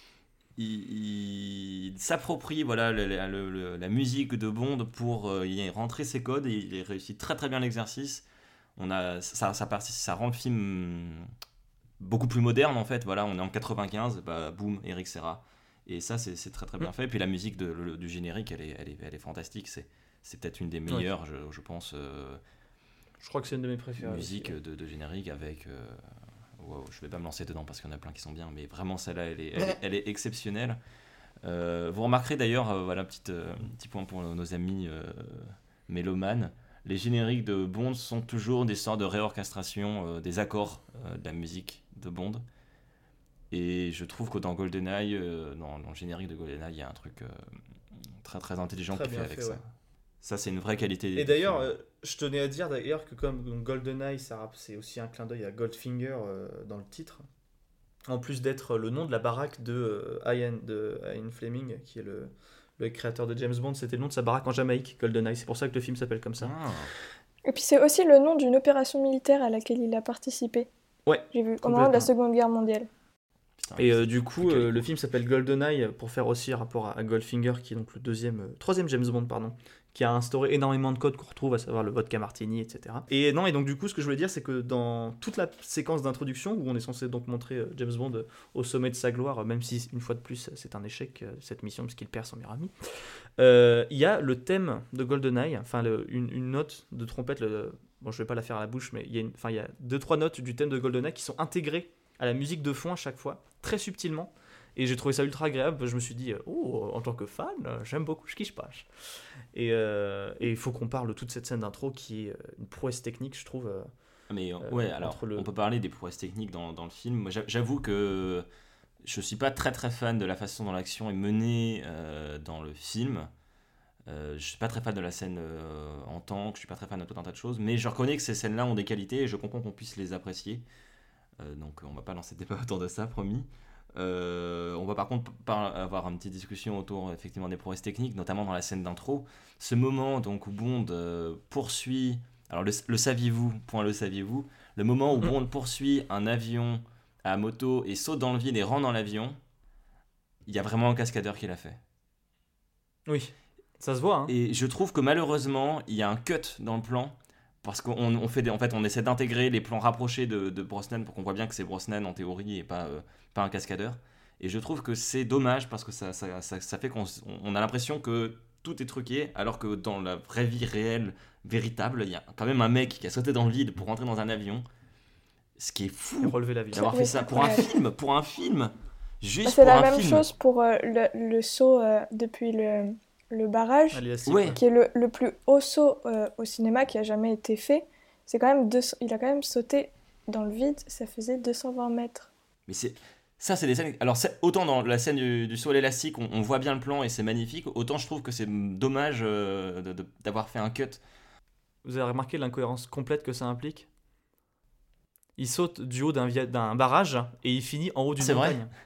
il, il s'approprie voilà, le, le, le, la musique de Bond pour euh, y rentrer ses codes, et il réussit très très bien l'exercice. On a, ça, ça, ça, ça rend le film beaucoup plus moderne en fait, voilà, on est en quatre-vingt-quinze, bah, boum, Eric Serra, et ça c'est, c'est très très bien fait, et puis la musique de, le, du générique elle est, elle est, elle est fantastique, c'est, c'est peut-être une des meilleures, ouais. je, je pense, euh, je crois que c'est une de mes préférées musique aussi, ouais. de, de générique avec, euh, wow, je vais pas me lancer dedans parce qu'il y en a plein qui sont bien, mais vraiment celle-là elle est, elle est, elle est exceptionnelle. Euh, vous remarquerez d'ailleurs, euh, voilà, petit, euh, petit point pour nos amis euh, mélomanes, les génériques de Bond sont toujours des sortes de réorchestration euh, des accords euh, de la musique de Bond. Et je trouve que dans GoldenEye, euh, dans, dans le générique de GoldenEye, il y a un truc euh, très très intelligent très qui fait avec fait, ça. Ouais. Ça, c'est une vraie qualité. Et d'ailleurs, euh, je tenais à dire d'ailleurs que comme donc, GoldenEye, ça, c'est aussi un clin d'œil à Goldfinger euh, dans le titre. En plus d'être le nom de la baraque de euh, Ian, de Ian Fleming, qui est le... le créateur de James Bond, c'était le nom de sa baraque en Jamaïque, GoldenEye. C'est pour ça que le film s'appelle comme ça. Ah. Et puis c'est aussi le nom d'une opération militaire à laquelle il a participé. Ouais. J'ai vu au moment de la Seconde Guerre mondiale. Putain, et euh, du coup, euh, le film s'appelle GoldenEye pour faire aussi rapport à, à Goldfinger, qui est donc le deuxième, euh, troisième James Bond, pardon, qui a instauré énormément de codes qu'on retrouve, à savoir le vodka martini, et cetera. Et non, et donc du coup, ce que je voulais dire, c'est que dans toute la séquence d'introduction, où on est censé donc montrer euh, James Bond euh, au sommet de sa gloire, euh, même si une fois de plus c'est un échec euh, cette mission puisqu'il perd son meilleur ami, il euh, y a le thème de GoldenEye, enfin le, une, une note de trompette, le, bon je vais pas la faire à la bouche, mais il y a enfin il y a deux trois notes du thème de GoldenEye qui sont intégrées à la musique de fond à chaque fois, très subtilement. Et j'ai trouvé ça ultra agréable. Je me suis dit, oh, en tant que fan, j'aime beaucoup ce qui se passe. Et il euh, faut qu'on parle de toute cette scène d'intro qui est une prouesse technique, je trouve. Euh, Mais euh, ouais, alors le... on peut parler des prouesses techniques dans, dans le film. Moi, j'avoue que je suis pas très très fan de la façon dont l'action est menée euh, dans le film. Euh, je suis pas très fan de la scène euh, en tank, je suis pas très fan de tout un tas de choses. Mais je reconnais que ces scènes-là ont des qualités et je comprends qu'on puisse les apprécier. Euh, donc on va pas lancer des débats autour de ça, promis. Euh, on va par contre par avoir une petite discussion autour effectivement des prouesses techniques, notamment dans la scène d'intro. Ce moment donc où Bond euh, poursuit, alors le, le saviez-vous, point le saviez-vous, le moment où Bond poursuit un avion à moto et saute dans le vide et rentre dans l'avion, il y a vraiment un cascadeur qui l'a fait. Oui, ça se voit. Hein. Et je trouve que malheureusement, il y a un cut dans le plan. Parce qu'on on fait des, en fait, on essaie d'intégrer les plans rapprochés de, de Brosnan pour qu'on voit bien que c'est Brosnan en théorie et pas, euh, pas un cascadeur. Et je trouve que c'est dommage parce que ça, ça, ça, ça fait qu'on on a l'impression que tout est truqué, alors que dans la vraie vie réelle, véritable, il y a quand même un mec qui a sauté dans le vide pour rentrer dans un avion. Ce qui est fou et relever l'avion. D'avoir fait ça pour un film, pour un film. Juste c'est pour un la même film. chose pour euh, le, le saut euh, depuis le... le barrage, ouais. qui est le, le plus haut saut euh, au cinéma qui a jamais été fait. C'est quand même deux, il a quand même sauté dans le vide, ça faisait deux cent vingt mètres. Mais c'est, ça, c'est des scènes. Alors, c'est, autant dans la scène du, du saut à l'élastique, on, on voit bien le plan et c'est magnifique, autant je trouve que c'est dommage euh, de, de, d'avoir fait un cut. Vous avez remarqué l'incohérence complète que ça implique ? Il saute du haut d'un, via, d'un barrage et il finit en haut d'une c'est montagne. Vrai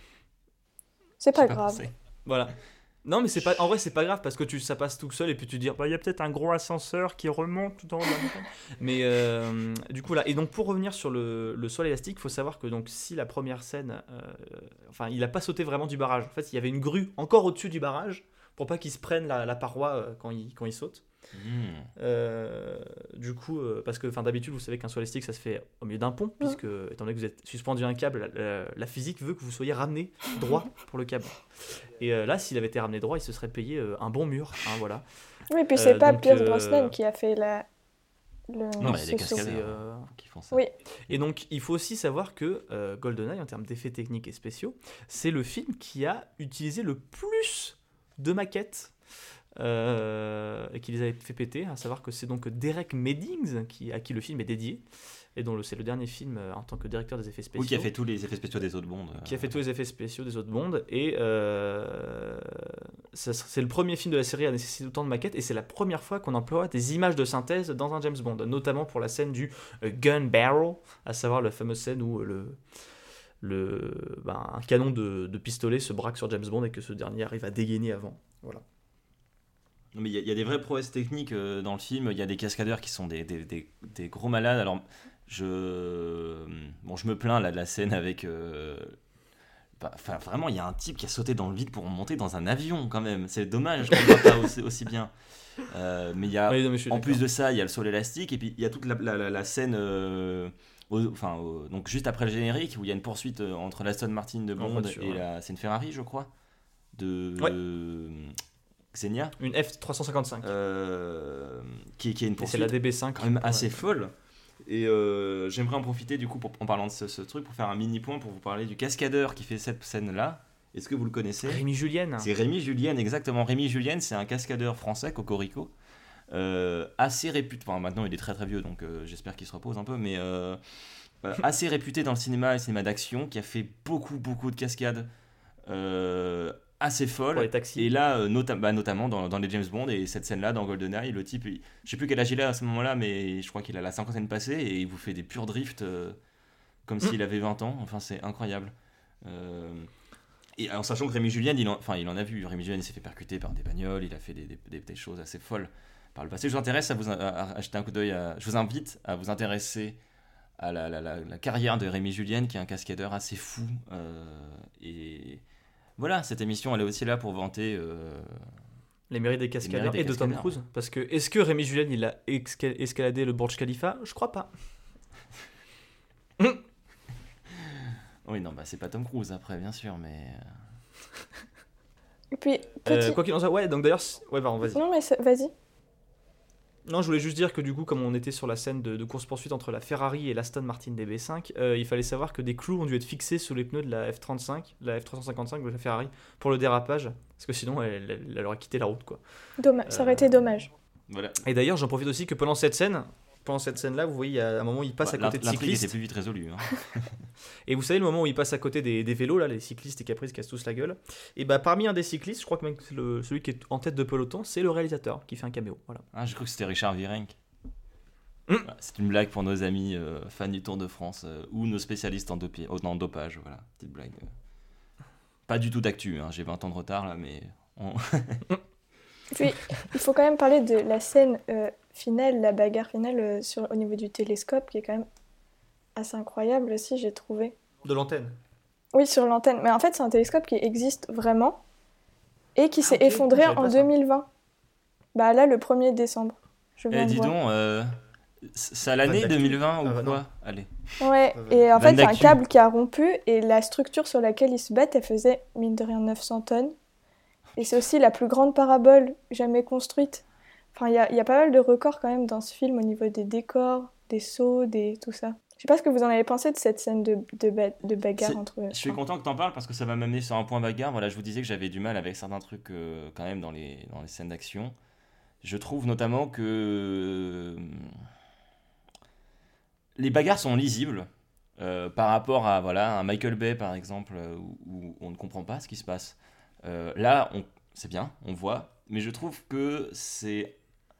c'est pas grave. Pas voilà. Non, mais c'est pas, en vrai, c'est pas grave parce que tu, ça passe tout seul et puis tu te dis, bah, il y a peut-être un gros ascenseur qui remonte tout en haut de la montagne. Mais euh, du coup, là, et donc pour revenir sur le, le saut à l'élastique, il faut savoir que donc, si la première scène, euh, enfin, il a pas sauté vraiment du barrage. En fait, il y avait une grue encore au-dessus du barrage pour pas qu'il se prenne la, la paroi euh, quand, il, quand il saute. Mmh. Euh, du coup, euh, parce que d'habitude, vous savez qu'un saut à l'élastique, ça se fait au milieu d'un pont, mmh. puisque, étant donné que vous êtes suspendu à un câble, la, la, la physique veut que vous soyez ramené droit pour le câble. Et euh, là, s'il avait été ramené droit, il se serait payé euh, un bon mur. Hein, voilà. Oui, et puis c'est euh, pas donc, Pierce euh... Brosnan qui a fait la, le Non, mais il y a des ce saut. cascadeurs euh, qui font ça. Oui. Et donc, il faut aussi savoir que euh, GoldenEye, en termes d'effets techniques et spéciaux, c'est le film qui a utilisé le plus de maquettes euh, et qui les avait fait péter. À savoir que c'est donc Derek Meddings qui, à qui le film est dédié. Et dont le, c'est le dernier film euh, en tant que directeur des effets spéciaux. Ou qui a fait tous les effets spéciaux des autres Bonds. euh. Qui a fait tous les effets spéciaux des autres Bonds. Et euh, ça, c'est le premier film de la série à nécessiter autant de maquettes. Et c'est la première fois qu'on emploie des images de synthèse dans un James Bond. Notamment pour la scène du euh, gun barrel, à savoir la fameuse scène où le, le, ben, un canon de, de pistolet se braque sur James Bond et que ce dernier arrive à dégainer avant. Voilà. Non, mais il y, y a des vraies prouesses techniques euh, dans le film. Il y a des cascadeurs qui sont des, des, des, des gros malades. Alors, je, bon, je me plains là de la scène avec. Euh... Enfin, vraiment, il y a un type qui a sauté dans le vide pour monter dans un avion quand même. C'est dommage qu'on ne voit pas aussi, aussi bien. Euh, mais il y a, Oui, non, mais je suis en d'accord. plus de ça, il y a le saut élastique et puis il y a toute la, la, la, la scène. Euh, au, enfin, au, donc juste après le générique où il y a une poursuite euh, entre l'Aston Martin de Bond voiture, et ouais. la, c'est une Ferrari, je crois, de Ouais. euh, Xenia. Une F trois cent cinquante-cinq. Euh, qui, qui est une Et c'est poursuite la D B cinq. quand même assez Ouais. folle. Et euh, j'aimerais en profiter du coup pour, en parlant de ce, ce truc pour faire un mini point pour vous parler du cascadeur qui fait cette scène là. Est-ce que vous le connaissez? Rémi Julien. C'est Rémi Julien, exactement. Rémi Julien, c'est un cascadeur français, Cocorico, euh, assez réputé. Enfin, maintenant il est très très vieux, donc euh, j'espère qu'il se repose un peu, mais euh, euh, assez réputé dans le cinéma et le cinéma d'action, qui a fait beaucoup beaucoup de cascades euh, assez folles. Pour les taxis. Et là, euh, nota- bah, notamment dans, dans les James Bond et cette scène-là dans GoldenEye, le type, il- je sais plus quel âge il a à ce moment-là, mais je crois qu'il a la cinquantaine passée et il vous fait des purs drifts euh, comme s'il avait vingt ans. Enfin, c'est incroyable. Euh, et en sachant que Rémi Julien, il en, enfin, il en a vu. Rémi Julien, il s'est fait percuter par des bagnoles, il a fait des, des, des, des choses assez folles par le passé. Je vous intéresse à vous à, à jeter un coup d'œil. À, je vous invite à vous intéresser à la, la, la, la carrière de Rémi Julien, qui est un cascadeur assez fou. Euh, et voilà, cette émission, elle est aussi là pour vanter. Euh, Les mérites des cascadeurs des et de Tom cascadeurs. Cruise. Parce que est-ce que Rémi Julien il a esca- escaladé le Burj Khalifa? Je crois pas. Oui, non, bah c'est pas Tom Cruise après, bien sûr, mais. Et puis, Euh, petit... quoi qu'il en soit, ouais, donc d'ailleurs, c'est- ouais, pardon, vas-y. Non, mais c'est- vas-y. Non, je voulais juste dire que du coup, comme on était sur la scène de, de course-poursuite entre la Ferrari et l'Aston Martin D B cinq, euh, il fallait savoir que des clous ont dû être fixés sous les pneus de la F trente-cinq, la F trois cent cinquante-cinq de la Ferrari, pour le dérapage, parce que sinon, elle, elle- elle aurait quitté la route, quoi. Dommage. Ça aurait Euh, été dommage. Voilà. Et d'ailleurs, j'en profite aussi que pendant cette scène, pendant cette scène-là, vous voyez, il y a un moment où il passe Bah, à côté de l'intrigue était cyclistes. plus vite résolue. Hein. Et vous savez, le moment où il passe à côté des, des vélos, là, les cyclistes et qui après se cassent tous la gueule, et bah parmi un des cyclistes, je crois que même que c'est le, celui qui est en tête de peloton, c'est le réalisateur qui fait un caméo. Voilà. Ah, j'ai cru que c'était Richard Virenque. Mm. Voilà, c'est une blague pour nos amis euh, fans du Tour de France euh, ou nos spécialistes en, dopi- oh, en dopage. Voilà, petite blague. euh. Pas du tout d'actu, hein. J'ai vingt ans de retard là, mais. on- Et puis, il faut quand même parler de la scène euh, finale, la bagarre finale euh, sur, au niveau du télescope, qui est quand même assez incroyable aussi, j'ai trouvé. De l'antenne. Oui, sur l'antenne. Mais en fait, c'est un télescope qui existe vraiment et qui s'est ok, effondré je savais en pas ça. deux mille vingt. Bah là, le premier décembre. Je viens Eh, de dis voir. donc, euh, c'est à l'année Vanne d'actu. deux mille vingt ou Ah, bah, quoi non. Allez. Ouais, Vanne et en fait, il y a un d'actu. câble qui a rompu et la structure sur laquelle ils se battent, elle faisait, mine de rien, neuf cents tonnes. Et c'est aussi la plus grande parabole jamais construite. Enfin, il y a, il y a pas mal de records quand même dans ce film au niveau des décors, des sauts, des... tout ça. Je sais pas ce que vous en avez pensé de cette scène de, de, ba- de bagarre C'est- entre... Je suis content que t'en parles parce que ça va m'amener sur un point bagarre. Voilà, je vous disais que j'avais du mal avec certains trucs euh, quand même dans les, dans les scènes d'action. Je trouve notamment que euh, les bagarres sont lisibles euh, par rapport à voilà, un Michael Bay par exemple euh, où, où on ne comprend pas ce qui se passe. Euh, là, on, c'est bien, on voit, mais je trouve que c'est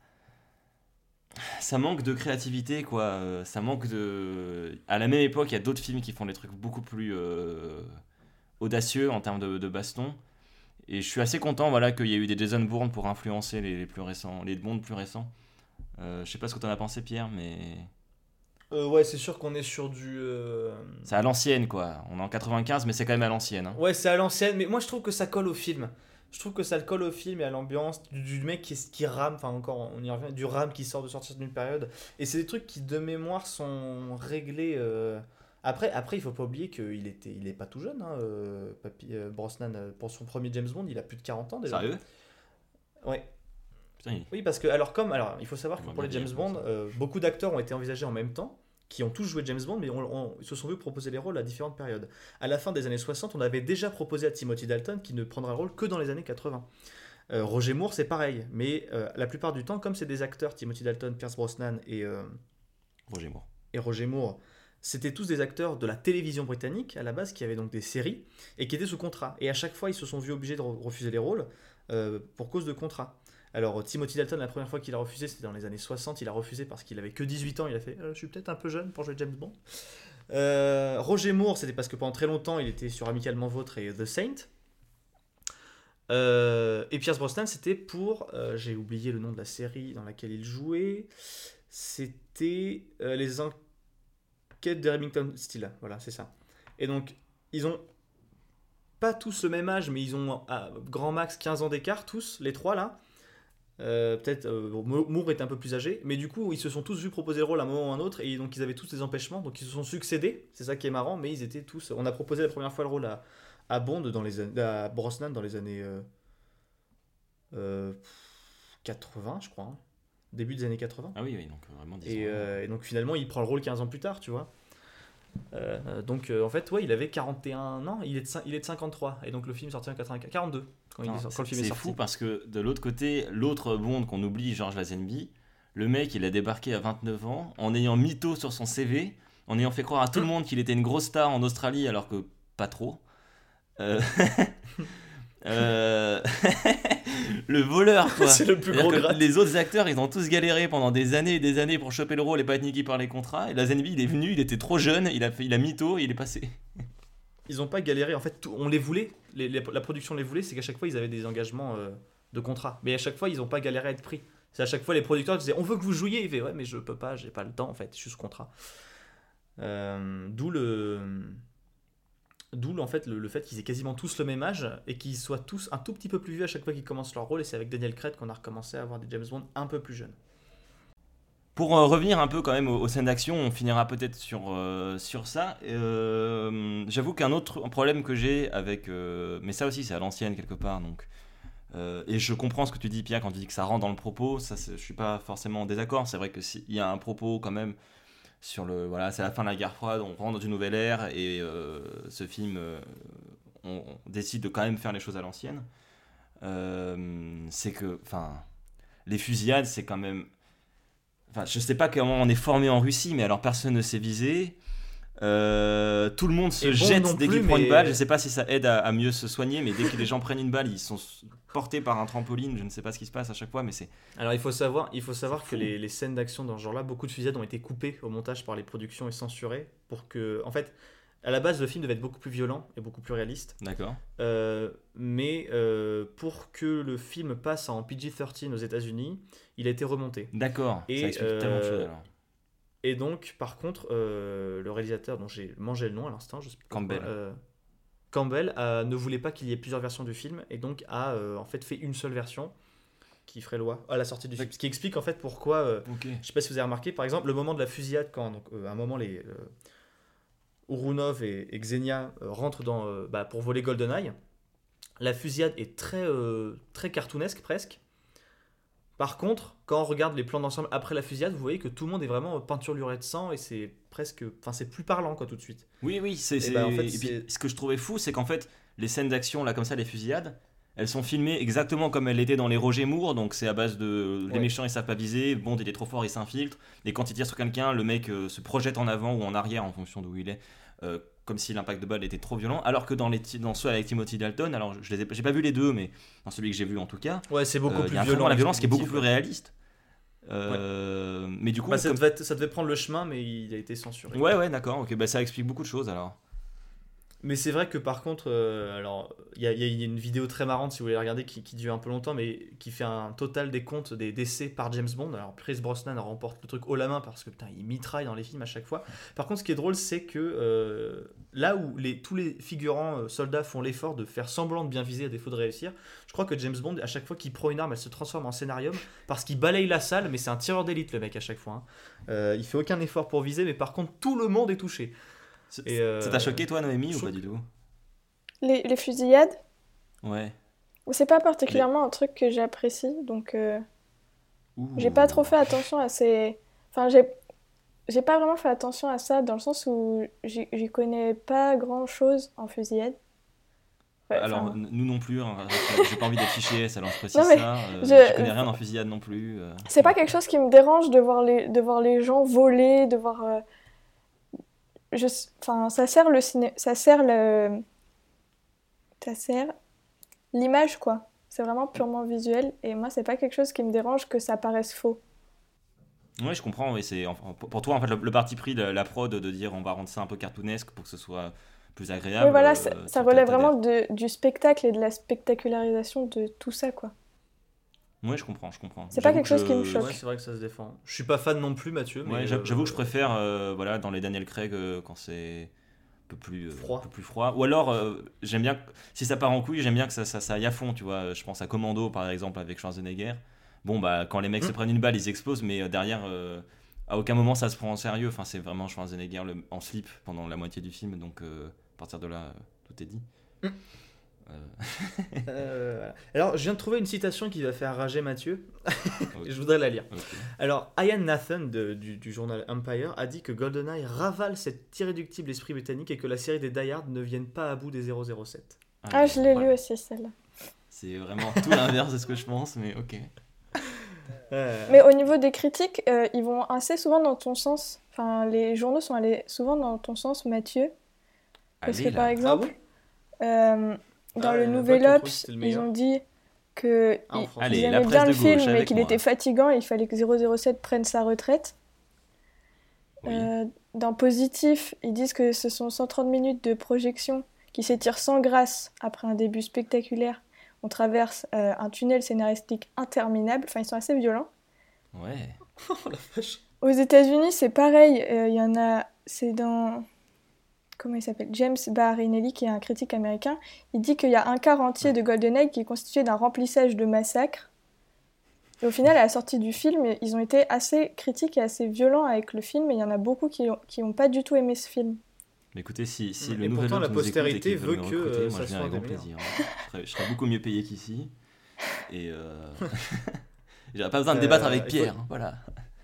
ça manque de créativité quoi. Euh, Ça manque de. À la même époque, il y a d'autres films qui font des trucs beaucoup plus euh, audacieux en termes de, de baston. Et je suis assez content voilà, qu'il y ait eu des Jason Bourne pour influencer les, les plus récents, les Bonds plus récents. Euh, je sais pas ce que t'en as pensé, Pierre, mais Euh, ouais, c'est sûr qu'on est sur du... euh, c'est à l'ancienne quoi. On est en quatre-vingt-quinze, mais c'est quand même à l'ancienne. Hein. Ouais, c'est à l'ancienne, mais moi je trouve que ça colle au film. Je trouve que ça le colle au film et à l'ambiance du, du mec qui, qui rame, enfin encore, on y revient, du rame qui sort de sortir d'une période. Et c'est des trucs qui de mémoire sont réglés. euh, Après, après, il faut pas oublier qu'il était, il est pas tout jeune, hein, euh, Papy euh, Brosnan, euh, pour son premier James Bond, il a plus de quarante ans déjà. Sérieux? Ouais. Putain, il... Oui, parce que, alors, comme, alors, il faut savoir que On va pour les bien James dire, Bond, ça. euh, beaucoup d'acteurs ont été envisagés en même temps, qui ont tous joué James Bond, mais on, on- ils se sont vus proposer les rôles à différentes périodes. À la fin des années soixante, on avait déjà proposé à Timothy Dalton qui ne prendra le rôle que dans les années quatre-vingts. Euh, Roger Moore, c'est pareil, mais euh, la plupart du temps, comme c'est des acteurs, Timothy Dalton, Pierce Brosnan et, euh, Roger Moore. et Roger Moore, c'était tous des acteurs de la télévision britannique, à la base, qui avaient donc des séries, et qui étaient sous contrat. Et à chaque fois, ils se sont vus obligés de re- refuser les rôles euh, pour cause de contrat. Alors, Timothy Dalton, la première fois qu'il a refusé, c'était dans les années soixante, il a refusé parce qu'il avait que dix-huit ans, il a fait euh, « je suis peut-être un peu jeune pour jouer James Bond ». Euh, Roger Moore, c'était parce que pendant très longtemps, il était sur Amicalement Vôtre et The Saint. Euh, et Pierce Brosnan, c'était pour, euh, j'ai oublié le nom de la série dans laquelle il jouait, c'était euh, les enquêtes de Remington Steele, voilà, c'est ça. Et donc, ils ont pas tous le même âge, mais ils ont à grand max quinze ans d'écart, tous, les trois là. Euh, peut-être euh, Moore est un peu plus âgé, mais du coup, ils se sont tous vus proposer le rôle à un moment ou à un autre, et donc ils avaient tous des empêchements, donc ils se sont succédés, c'est ça qui est marrant, mais ils étaient tous. On a proposé la première fois le rôle à, à Bond, dans les an- à Brosnan dans les années euh, euh, quatre-vingts, je crois, hein. Début des années quatre-vingts. Ah oui, oui, donc vraiment dix ans. Et, euh, et donc finalement, il prend le rôle quinze ans plus tard, tu vois. Euh, donc euh, en fait, ouais, il avait quarante et un ans, il est de, cin- il est de cinquante-trois, et donc le film est sorti en quatre-vingt-quatre, quarante-deux quand, il Non, est, sorti- c'est quand le film est c'est sorti. fou parce que de l'autre côté, l'autre Bond qu'on oublie, George Lazenby, le mec il a débarqué à vingt-neuf ans en ayant mytho sur son C V, en ayant fait croire à tout le monde qu'il était une grosse star en Australie alors que pas trop. Euh... euh... le voleur quoi. C'est le plus C'est-à-dire gros que gratte. les autres acteurs ils ont tous galéré pendant des années et des années pour choper le rôle et pas être niqué par les contrats, et Lazenby il est venu, il était trop jeune, il a, fait, il a mytho et il est passé. Ils n'ont pas galéré, en fait, tout- on les voulait, les- les- la production les voulait, c'est qu'à chaque fois ils avaient des engagements euh, de contrat. Mais à chaque fois ils n'ont pas galéré à être pris. C'est à chaque fois les producteurs disaient on veut que vous jouiez, il fait ouais mais je peux pas, j'ai pas le temps en fait, je suis sous contrat. Euh, d'où le, d'où en fait le, le fait qu'ils aient quasiment tous le même âge et qu'ils soient tous un tout petit peu plus vieux à chaque fois qu'ils commencent leur rôle. Et c'est avec Daniel Craig qu'on a recommencé à avoir des James Bond un peu plus jeunes. Pour euh, revenir un peu quand même aux, aux scènes d'action, on finira peut-être sur, euh, sur ça. Euh, j'avoue qu'un autre problème que j'ai avec... euh, mais ça aussi c'est à l'ancienne quelque part. Donc, euh, et je comprends ce que tu dis Pierre quand tu dis que ça rentre dans le propos. Ça, c'est- je suis pas forcément en désaccord. C'est vrai que s'il y a un propos quand même sur le... Voilà, c'est la fin de la guerre froide, on rentre dans une nouvelle ère. Et euh, ce film, euh, on, on décide de quand même faire les choses à l'ancienne. Euh, c'est que... Enfin, les fusillades c'est quand même... Enfin, je sais pas comment on est formé en Russie, mais alors personne ne s'est visé. Euh, tout le monde se Et Bond jette non dès plus, qu'il prend mais- une balle. Je sais pas si ça aide à, à mieux se soigner, mais dès que les gens prennent une balle, ils sont portés par un trampoline. Je ne sais pas ce qui se passe à chaque fois, mais c'est. Alors il faut savoir, il faut savoir C'est que fou. les, les scènes d'action dans ce genre-là, beaucoup de fusillades ont été coupées au montage par les productions et censurées pour que, en fait, à la base le film devait être beaucoup plus violent et beaucoup plus réaliste. D'accord. Euh, mais euh, pour que le film passe en P G treize aux États-Unis, il a été remonté. D'accord. Et, Ça explique tellement de euh, choses alors. Et donc, par contre, euh, le réalisateur dont j'ai mangé le nom à l'instant, je sais pas Campbell. pourquoi, euh, Campbell euh, ne voulait pas qu'il y ait plusieurs versions du film et donc a euh, en fait fait une seule version qui ferait loi à la sortie du film. Ce qui explique en fait pourquoi. Euh, Ok. je sais pas si vous avez remarqué, par exemple, le moment de la fusillade quand donc, euh, à un moment les euh, Urunov et, et Xenia euh, rentrent dans, euh, bah, pour voler GoldenEye. La fusillade est très, euh, très cartoonesque presque. Par contre, quand on regarde les plans d'ensemble après la fusillade, vous voyez que tout le monde est vraiment peinturluré de sang et c'est presque, enfin c'est plus parlant quoi tout de suite. Oui, oui. C'est. Et c'est- bah, en fait, et puis, c'est- ce que je trouvais fou, c'est qu'en fait, les scènes d'action là comme ça, les fusillades, elles sont filmées exactement comme elles étaient dans les Roger Moore. Donc c'est à base de les Ouais. méchants ils savent pas viser. Bond il est trop fort, il s'infiltre. Et quand il tire sur quelqu'un, le mec euh, se projette en avant ou en arrière en fonction d'où il est. Euh, comme si l'impact de balle était trop violent, alors que dans, les, dans ceux avec Timothy Dalton, alors je les ai, j'ai pas vu les deux, mais dans celui que j'ai vu en tout cas, Ouais, c'est beaucoup euh, il plus y a violent. vraiment la violence qui est beaucoup explicatif, plus ouais. réaliste. Euh, Mais du coup, Bah, ça, comme- devait être- ça devait prendre le chemin, mais il a été censuré. ouais, ouais, d'accord, ok, bah ça explique beaucoup de choses alors. Mais c'est vrai que par contre, euh, alors il y, a- il y a une vidéo très marrante si vous voulez la regarder qui, qui dure un peu longtemps, mais qui fait un total des comptes des décès par James Bond. Alors Pierce Brosnan remporte le truc haut la main parce que putain il mitraille dans les films à chaque fois. Par contre, ce qui est drôle, c'est que euh, là où les, tous les figurants euh, soldats font l'effort de faire semblant de bien viser à défaut de réussir, je crois que James Bond à chaque fois qu'il prend une arme, elle se transforme en scénarium parce qu'il balaye la salle, mais c'est un tireur d'élite le mec à chaque fois. Hein. Euh, il fait aucun effort pour viser, mais par contre tout le monde est touché. C'est- Et, euh, Ça t'a choqué toi, Noémie, je ou pas trouve du tout? Les, les fusillades, Ouais. c'est pas particulièrement un truc que j'apprécie, donc euh, Ouh. J'ai pas trop fait attention à ces... Enfin, j'ai... J'ai pas vraiment fait attention à ça dans le sens où j'y, j'y connais pas grand-chose en fusillade. Ouais, Alors, enfin, n- nous non plus, hein, j'ai pas envie d'être fiché S, alors je précise Non, mais ça. euh, je- je connais rien en fusillade non plus. euh. c'est pas quelque chose qui me dérange de voir les, de voir les gens voler, de voir... euh, je... Enfin, ça sert le ciné... Ça sert le... Ça sert l'image, quoi. C'est vraiment purement visuel. Et moi, c'est pas quelque chose qui me dérange que ça paraisse faux. Ouais, je comprends. Oui, c'est enfin, pour pour toi en fait le, le parti pris de la prod de dire on va rendre ça un peu cartoonesque pour que ce soit plus agréable. Oui, voilà, euh, ça, ça ça relève t'adhère. vraiment de, du spectacle et de la spectacularisation de tout ça, quoi. Ouais, je comprends, je comprends. C'est pas J'avoue quelque chose que qui me je- choque. Ouais, c'est vrai que ça se défend. Je suis pas fan non plus, Mathieu. Mais Ouais, j'a- euh, j'avoue que je préfère euh, voilà dans les Daniel Craig euh, quand c'est un peu plus euh, Froid. un peu plus froid. Ou alors euh, j'aime bien que- si ça part en couille, j'aime bien que ça, ça, ça aille à fond. Tu vois, je pense à Commando par exemple avec Schwarzenegger. Bon bah quand les mecs Mm. se prennent une balle, ils explosent, mais euh, derrière. euh, À aucun moment ça se prend en sérieux, enfin, c'est vraiment Schwarzenegger le, en slip pendant la moitié du film, donc euh, à partir de là, euh, tout est dit. Mm. Euh, Euh, voilà. Alors, je viens de trouver une citation qui va faire rager Mathieu. ok, Je voudrais la lire. ok. Alors, Ian Nathan de- du, du journal Empire a dit que GoldenEye ravale cet irréductible esprit britannique et que la série des Die Hard ne vienne pas à bout des zéro zéro sept. Ah, je l'ai voilà. lu aussi, celle-là. C'est vraiment tout l'inverse de ce que je pense, mais ok. Euh, Mais au niveau des critiques, euh, ils vont assez souvent dans ton sens. Enfin, les journaux sont allés souvent dans ton sens, Mathieu. Parce Allez, que là. par exemple, euh, dans Ah, le il y en a Nouvel pas qui ont trouvé que Obs, c'était le ils meilleur. ont dit que Ah, en ils, France. Allez, ils la aimaient presse bien de le film, gauche, mais avec qu'il moi. était fatigant et il fallait que zéro zéro sept prenne sa retraite. Oui. Euh, dans Positif, ils disent que ce sont cent trente minutes de projection qui s'étirent sans grâce après un début spectaculaire. On traverse euh, un tunnel scénaristique interminable. Enfin, ils sont assez violents. Ouais. Oh la vache. Aux États-Unis, c'est pareil. Euh, Il y en a. C'est dans. Comment il s'appelle ? James Barinelli, qui est un critique américain. Il dit qu'il y a un quart entier de GoldenEye qui est constitué d'un remplissage de massacres. Et au final, à la sortie du film, ils ont été assez critiques et assez violents avec le film. Et il y en a beaucoup qui n'ont pas du tout aimé ce film. Mais écoutez, si, si Et le nouvel pourtant, Obs la nous écoute et postérité qu'ils veulent veut me que, recruter, euh, moi ça je viens soit avec des grand meilleurs. plaisir. hein. Je serais- je serais beaucoup mieux payé qu'ici. Et euh... j'aurais pas besoin de débattre Euh, avec il Pierre. faut- hein, Voilà.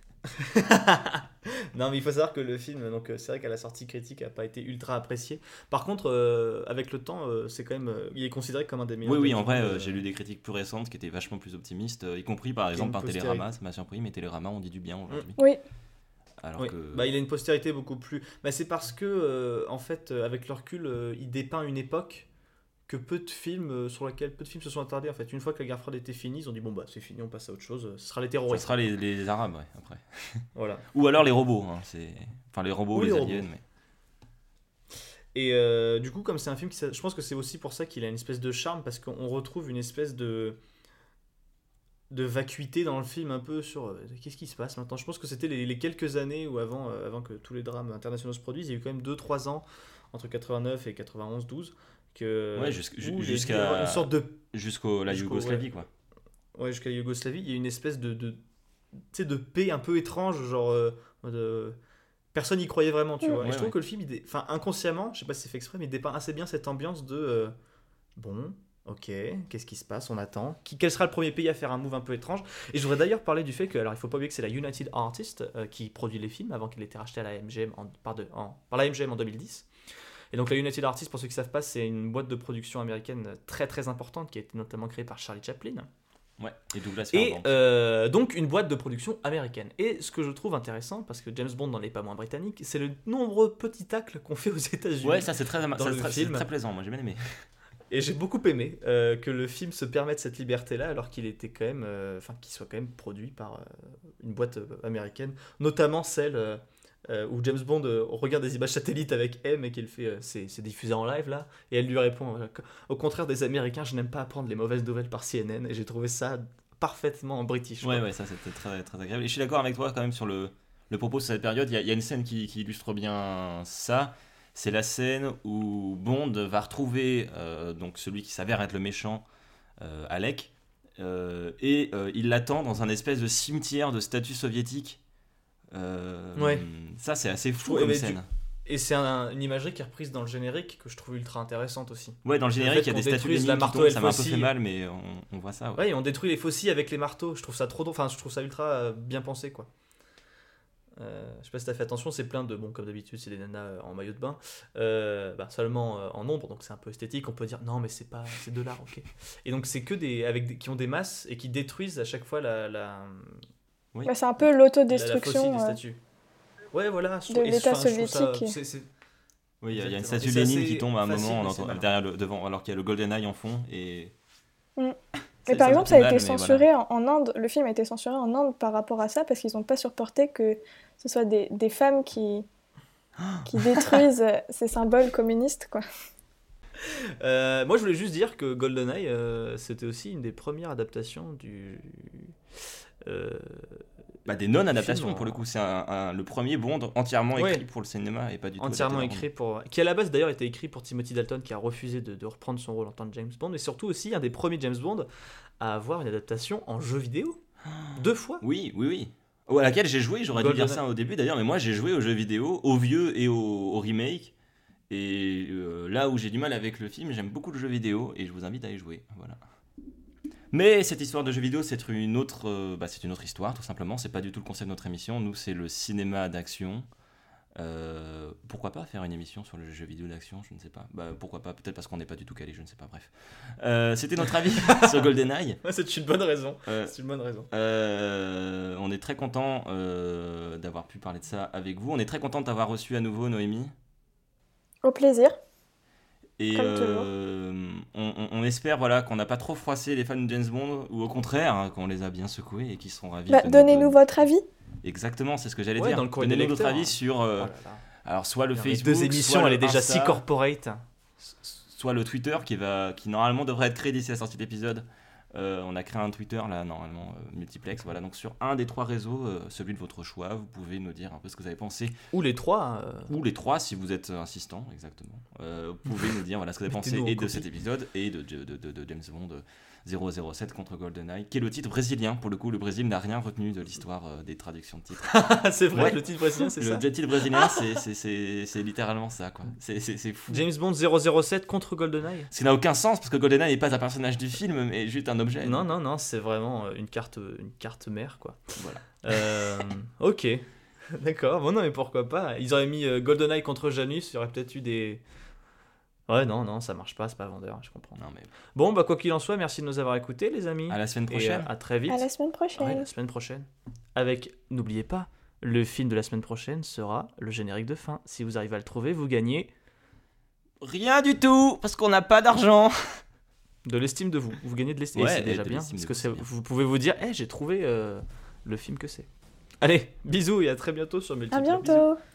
Non, mais il faut savoir que le film, donc euh, c'est vrai qu'à la sortie critique, a pas été ultra apprécié. Par contre, euh, avec le temps, euh, c'est quand même, euh, il est considéré comme un des meilleurs. Oui, oui, James en vrai, Bond, euh, euh, j'ai lu des critiques plus récentes qui étaient vachement plus optimistes, euh, y compris par Qui a exemple une par postérité. Télérama. Ça m'a surpris, mais Télérama, on dit du bien aujourd'hui. Oui. Alors Oui. que. Bah, il a une postérité beaucoup plus. Bah, c'est parce que, euh, en fait, euh, avec le recul, euh, il dépeint une époque que peu de films euh, sur laquelle peu de films se sont attardés. En fait, une fois que la guerre froide était finie, ils ont dit bon bah c'est fini, on passe à autre chose. Ce sera les Ça terroristes. sera les, les Arabes, ouais, après. Voilà. Ou alors les robots. Hein, c'est... Enfin, les robots Ou ou les, les aliens. robots. Mais... Et euh, du coup, comme c'est un film qui, s'a- je pense que c'est aussi pour ça qu'il a une espèce de charme parce qu'on retrouve une espèce de de vacuité dans le film un peu sur euh, qu'est-ce qui se passe maintenant. Je pense que c'était les, les quelques années où avant, euh, avant que tous les drames internationaux se produisent, il y a eu quand même deux trois ans entre quatre-vingt-neuf et quatre-vingt-onze douze que Ouais, jusqu'- où il y a dû y jusqu'à- avoir une sorte de Jusqu'au la Jusqu'au- Yougoslavie, ouais. quoi. ouais jusqu'à la Yougoslavie, il y a une espèce de de tu sais, de paix un peu étrange, genre euh, de personne n'y croyait vraiment, tu Mm. vois. Et Ouais, je trouve ouais. que le film, il dé- enfin inconsciemment, je sais pas si c'est fait exprès, mais il dépeint assez bien cette ambiance de euh, bon, ok, qu'est-ce qui se passe, on attend. Qui, quel sera le premier pays à faire un move un peu étrange. Et je voudrais d'ailleurs parler du fait que, alors il faut pas oublier que c'est la United Artists euh, qui produit les films avant qu'elle ait été rachetée à la M G M en, par, de, en, par la M G M en deux mille dix. Et donc la United Artists, pour ceux qui ne savent pas, c'est une boîte de production américaine très très importante qui a été notamment créée par Charlie Chaplin. Ouais, et Douglas Et Fairbanks. euh, donc une boîte de production américaine. Et ce que je trouve intéressant, parce que James Bond n'en est pas moins britannique, c'est le nombreux petits tacles qu'on fait aux États-Unis. Ouais, ça c'est très, dans ça, le c'est très, c'est film. très plaisant, moi j'ai bien aimé. Et j'ai beaucoup aimé euh, que le film se permette cette liberté-là, alors qu'il était quand même, euh, enfin qu'il soit quand même produit par euh, une boîte euh, américaine, notamment celle euh, euh, où James Bond euh, regarde des images satellites avec M et qu'elle fait, euh, c'est, c'est diffusé en live là, et elle lui répond, euh, au contraire des Américains, je n'aime pas apprendre les mauvaises nouvelles par C N N, et j'ai trouvé ça parfaitement british. Ouais, quoi. ouais, ça c'était très, très agréable. Et je suis d'accord avec toi quand même sur le, le propos de cette période. Il y, a- il y a une scène qui, qui illustre bien ça. C'est la scène où Bond va retrouver euh, donc celui qui s'avère être le méchant, euh, Alec, euh, et euh, il l'attend dans un espèce de cimetière de statues soviétiques. Euh, Ouais. Ça, c'est assez fou Ouais, comme mais scène. Et c'est un, une imagerie qui est reprise dans le générique que je trouve ultra intéressante aussi. Ouais, dans le générique, il y a des statues de la qui marteau tombent, et ça le m'a un peu faucille. fait mal, mais on, on voit ça. Ouais. Ouais, et on détruit les faucilles avec les marteaux. Je trouve ça trop drôle. Enfin, je trouve ça ultra euh, bien pensé, quoi. Euh, je sais pas si t'as fait attention, c'est plein de. Bon, comme d'habitude, c'est des nanas en maillot de bain. Euh, bah, seulement euh, en ombre, donc c'est un peu esthétique. On peut dire non, mais c'est pas. C'est de l'art, ok. Et donc, c'est que des. Avec des, qui ont des masses et qui détruisent à chaque fois la. la Oui. Bah, c'est un peu la, la faucille l'autodestruction des euh, statues. Ouais, voilà. Je de trouve- et l'État enfin, je trouve ça- soviétique. c'est- c'est- Oui, il y a- il y a une Exactement. statue Et de c'est Lénine assez qui tombe à un facile, moment, on mais c'est entend- malin. derrière le, devant, alors qu'il y a le GoldenEye en fond. Et... Mm. C'est- Mais par me exemple, fait ça a mal, été mais censuré en, en Inde. Le film a été censuré en Inde par rapport à ça parce qu'ils n'ont pas supporté que ce soit des, des femmes qui, qui détruisent euh, ces symboles communistes, quoi. Euh, moi, je voulais juste dire que GoldenEye, euh, c'était aussi une des premières adaptations du. euh, Bah, des non-adaptations film en- pour le coup, c'est un, un- le premier Bond entièrement écrit Ouais. pour le cinéma et pas du tout entièrement adapté écrit pour. Qui à la base d'ailleurs était écrit pour Timothy Dalton, qui a refusé de, de reprendre son rôle en tant que James Bond, et surtout aussi un des premiers James Bond à avoir une adaptation en jeu vidéo. Deux fois. Oui, oui, oui. Oh, à laquelle j'ai joué, j'aurais dû dire GoldenEye. ça au début d'ailleurs, mais moi j'ai joué aux jeux vidéo, aux vieux et aux, aux remakes. Et euh, là où j'ai du mal avec le film, j'aime beaucoup le jeu vidéo et je vous invite à y jouer. Voilà. Mais cette histoire de jeu vidéo, c'est une autre, euh, bah, c'est une autre histoire tout simplement. C'est pas du tout le concept de notre émission. Nous, c'est le cinéma d'action. Euh, pourquoi pas faire une émission sur le jeu vidéo d'action, je ne sais pas. Bah, pourquoi pas, peut-être parce qu'on n'est pas du tout calé, je ne sais pas. Bref. Euh, c'était notre avis sur GoldenEye. Ouais, c'est une bonne raison. Euh, C'est une bonne raison. Euh, on est très content euh, d'avoir pu parler de ça avec vous. On est très content de t'avoir reçu à nouveau, Noémie. Au plaisir. Et Comme euh, on, on- on espère voilà, qu'on n'a pas trop froissé les fans de James Bond, ou au contraire, hein, qu'on les a bien secoués et qu'ils seront ravis. Bah, de nous donnez-nous donner- votre avis. Exactement, c'est ce que j'allais Ouais, dire. dans le courrier des Donnez-nous votre lecteurs, avis hein. sur euh, Oh là là. alors soit le Les Facebook, deux émissions, soit elle le est déjà Insta, si corporate. soit le Twitter qui, va, qui normalement devrait être créé d'ici la sortie de l'épisode. Euh, on a créé un Twitter là normalement euh, multiplex, voilà, donc sur un des trois réseaux, euh, celui de votre choix, vous pouvez nous dire un peu ce que vous avez pensé, Ou les trois. euh, ou les trois si vous êtes insistant, exactement. Euh, vous pouvez nous dire voilà, ce que vous avez pensé Mettez-nous en et de copie. cet épisode et de, de, de, de- de James Bond euh, zéro zéro sept contre GoldenEye, qui est le titre brésilien. Pour le coup, le Brésil n'a rien retenu de l'histoire euh, des traductions de titres. c'est vrai, Ouais. le titre brésilien, c'est Le ça. titre brésilien, c'est, c'est, c'est, c'est littéralement ça, quoi. C'est, c'est, c'est fou. James Bond zéro zéro sept contre GoldenEye. Ce qui n'a aucun sens parce que GoldenEye n'est pas un personnage du film, mais juste un objet. Non, non, non, c'est vraiment euh, une carte, une carte mère, quoi. Voilà. Euh, ok, d'accord. Bon, non, mais pourquoi pas. Ils auraient mis euh, GoldenEye contre Janus, il y aurait peut-être eu des. Ouais, non, non, ça marche pas, c'est pas vendeur, je comprends. Non, mais Bon, bah, quoi qu'il en soit, merci de nous avoir écoutés, les amis. à la semaine Et prochaine. euh, à très vite. À la semaine prochaine. Ouais, la semaine prochaine. Avec, n'oubliez pas, le film de la semaine prochaine sera le générique de fin. Si vous arrivez à le trouver, vous gagnez Rien du tout parce qu'on n'a pas d'argent. de l'estime de vous. Vous gagnez de l'estime. Ouais, Et c'est et déjà de bien. l'estime Parce de que vous, c'est- c'est bien. vous pouvez vous dire, hey, j'ai trouvé euh, le film que c'est. Allez, bisous et à très bientôt sur À Multiplex. bientôt.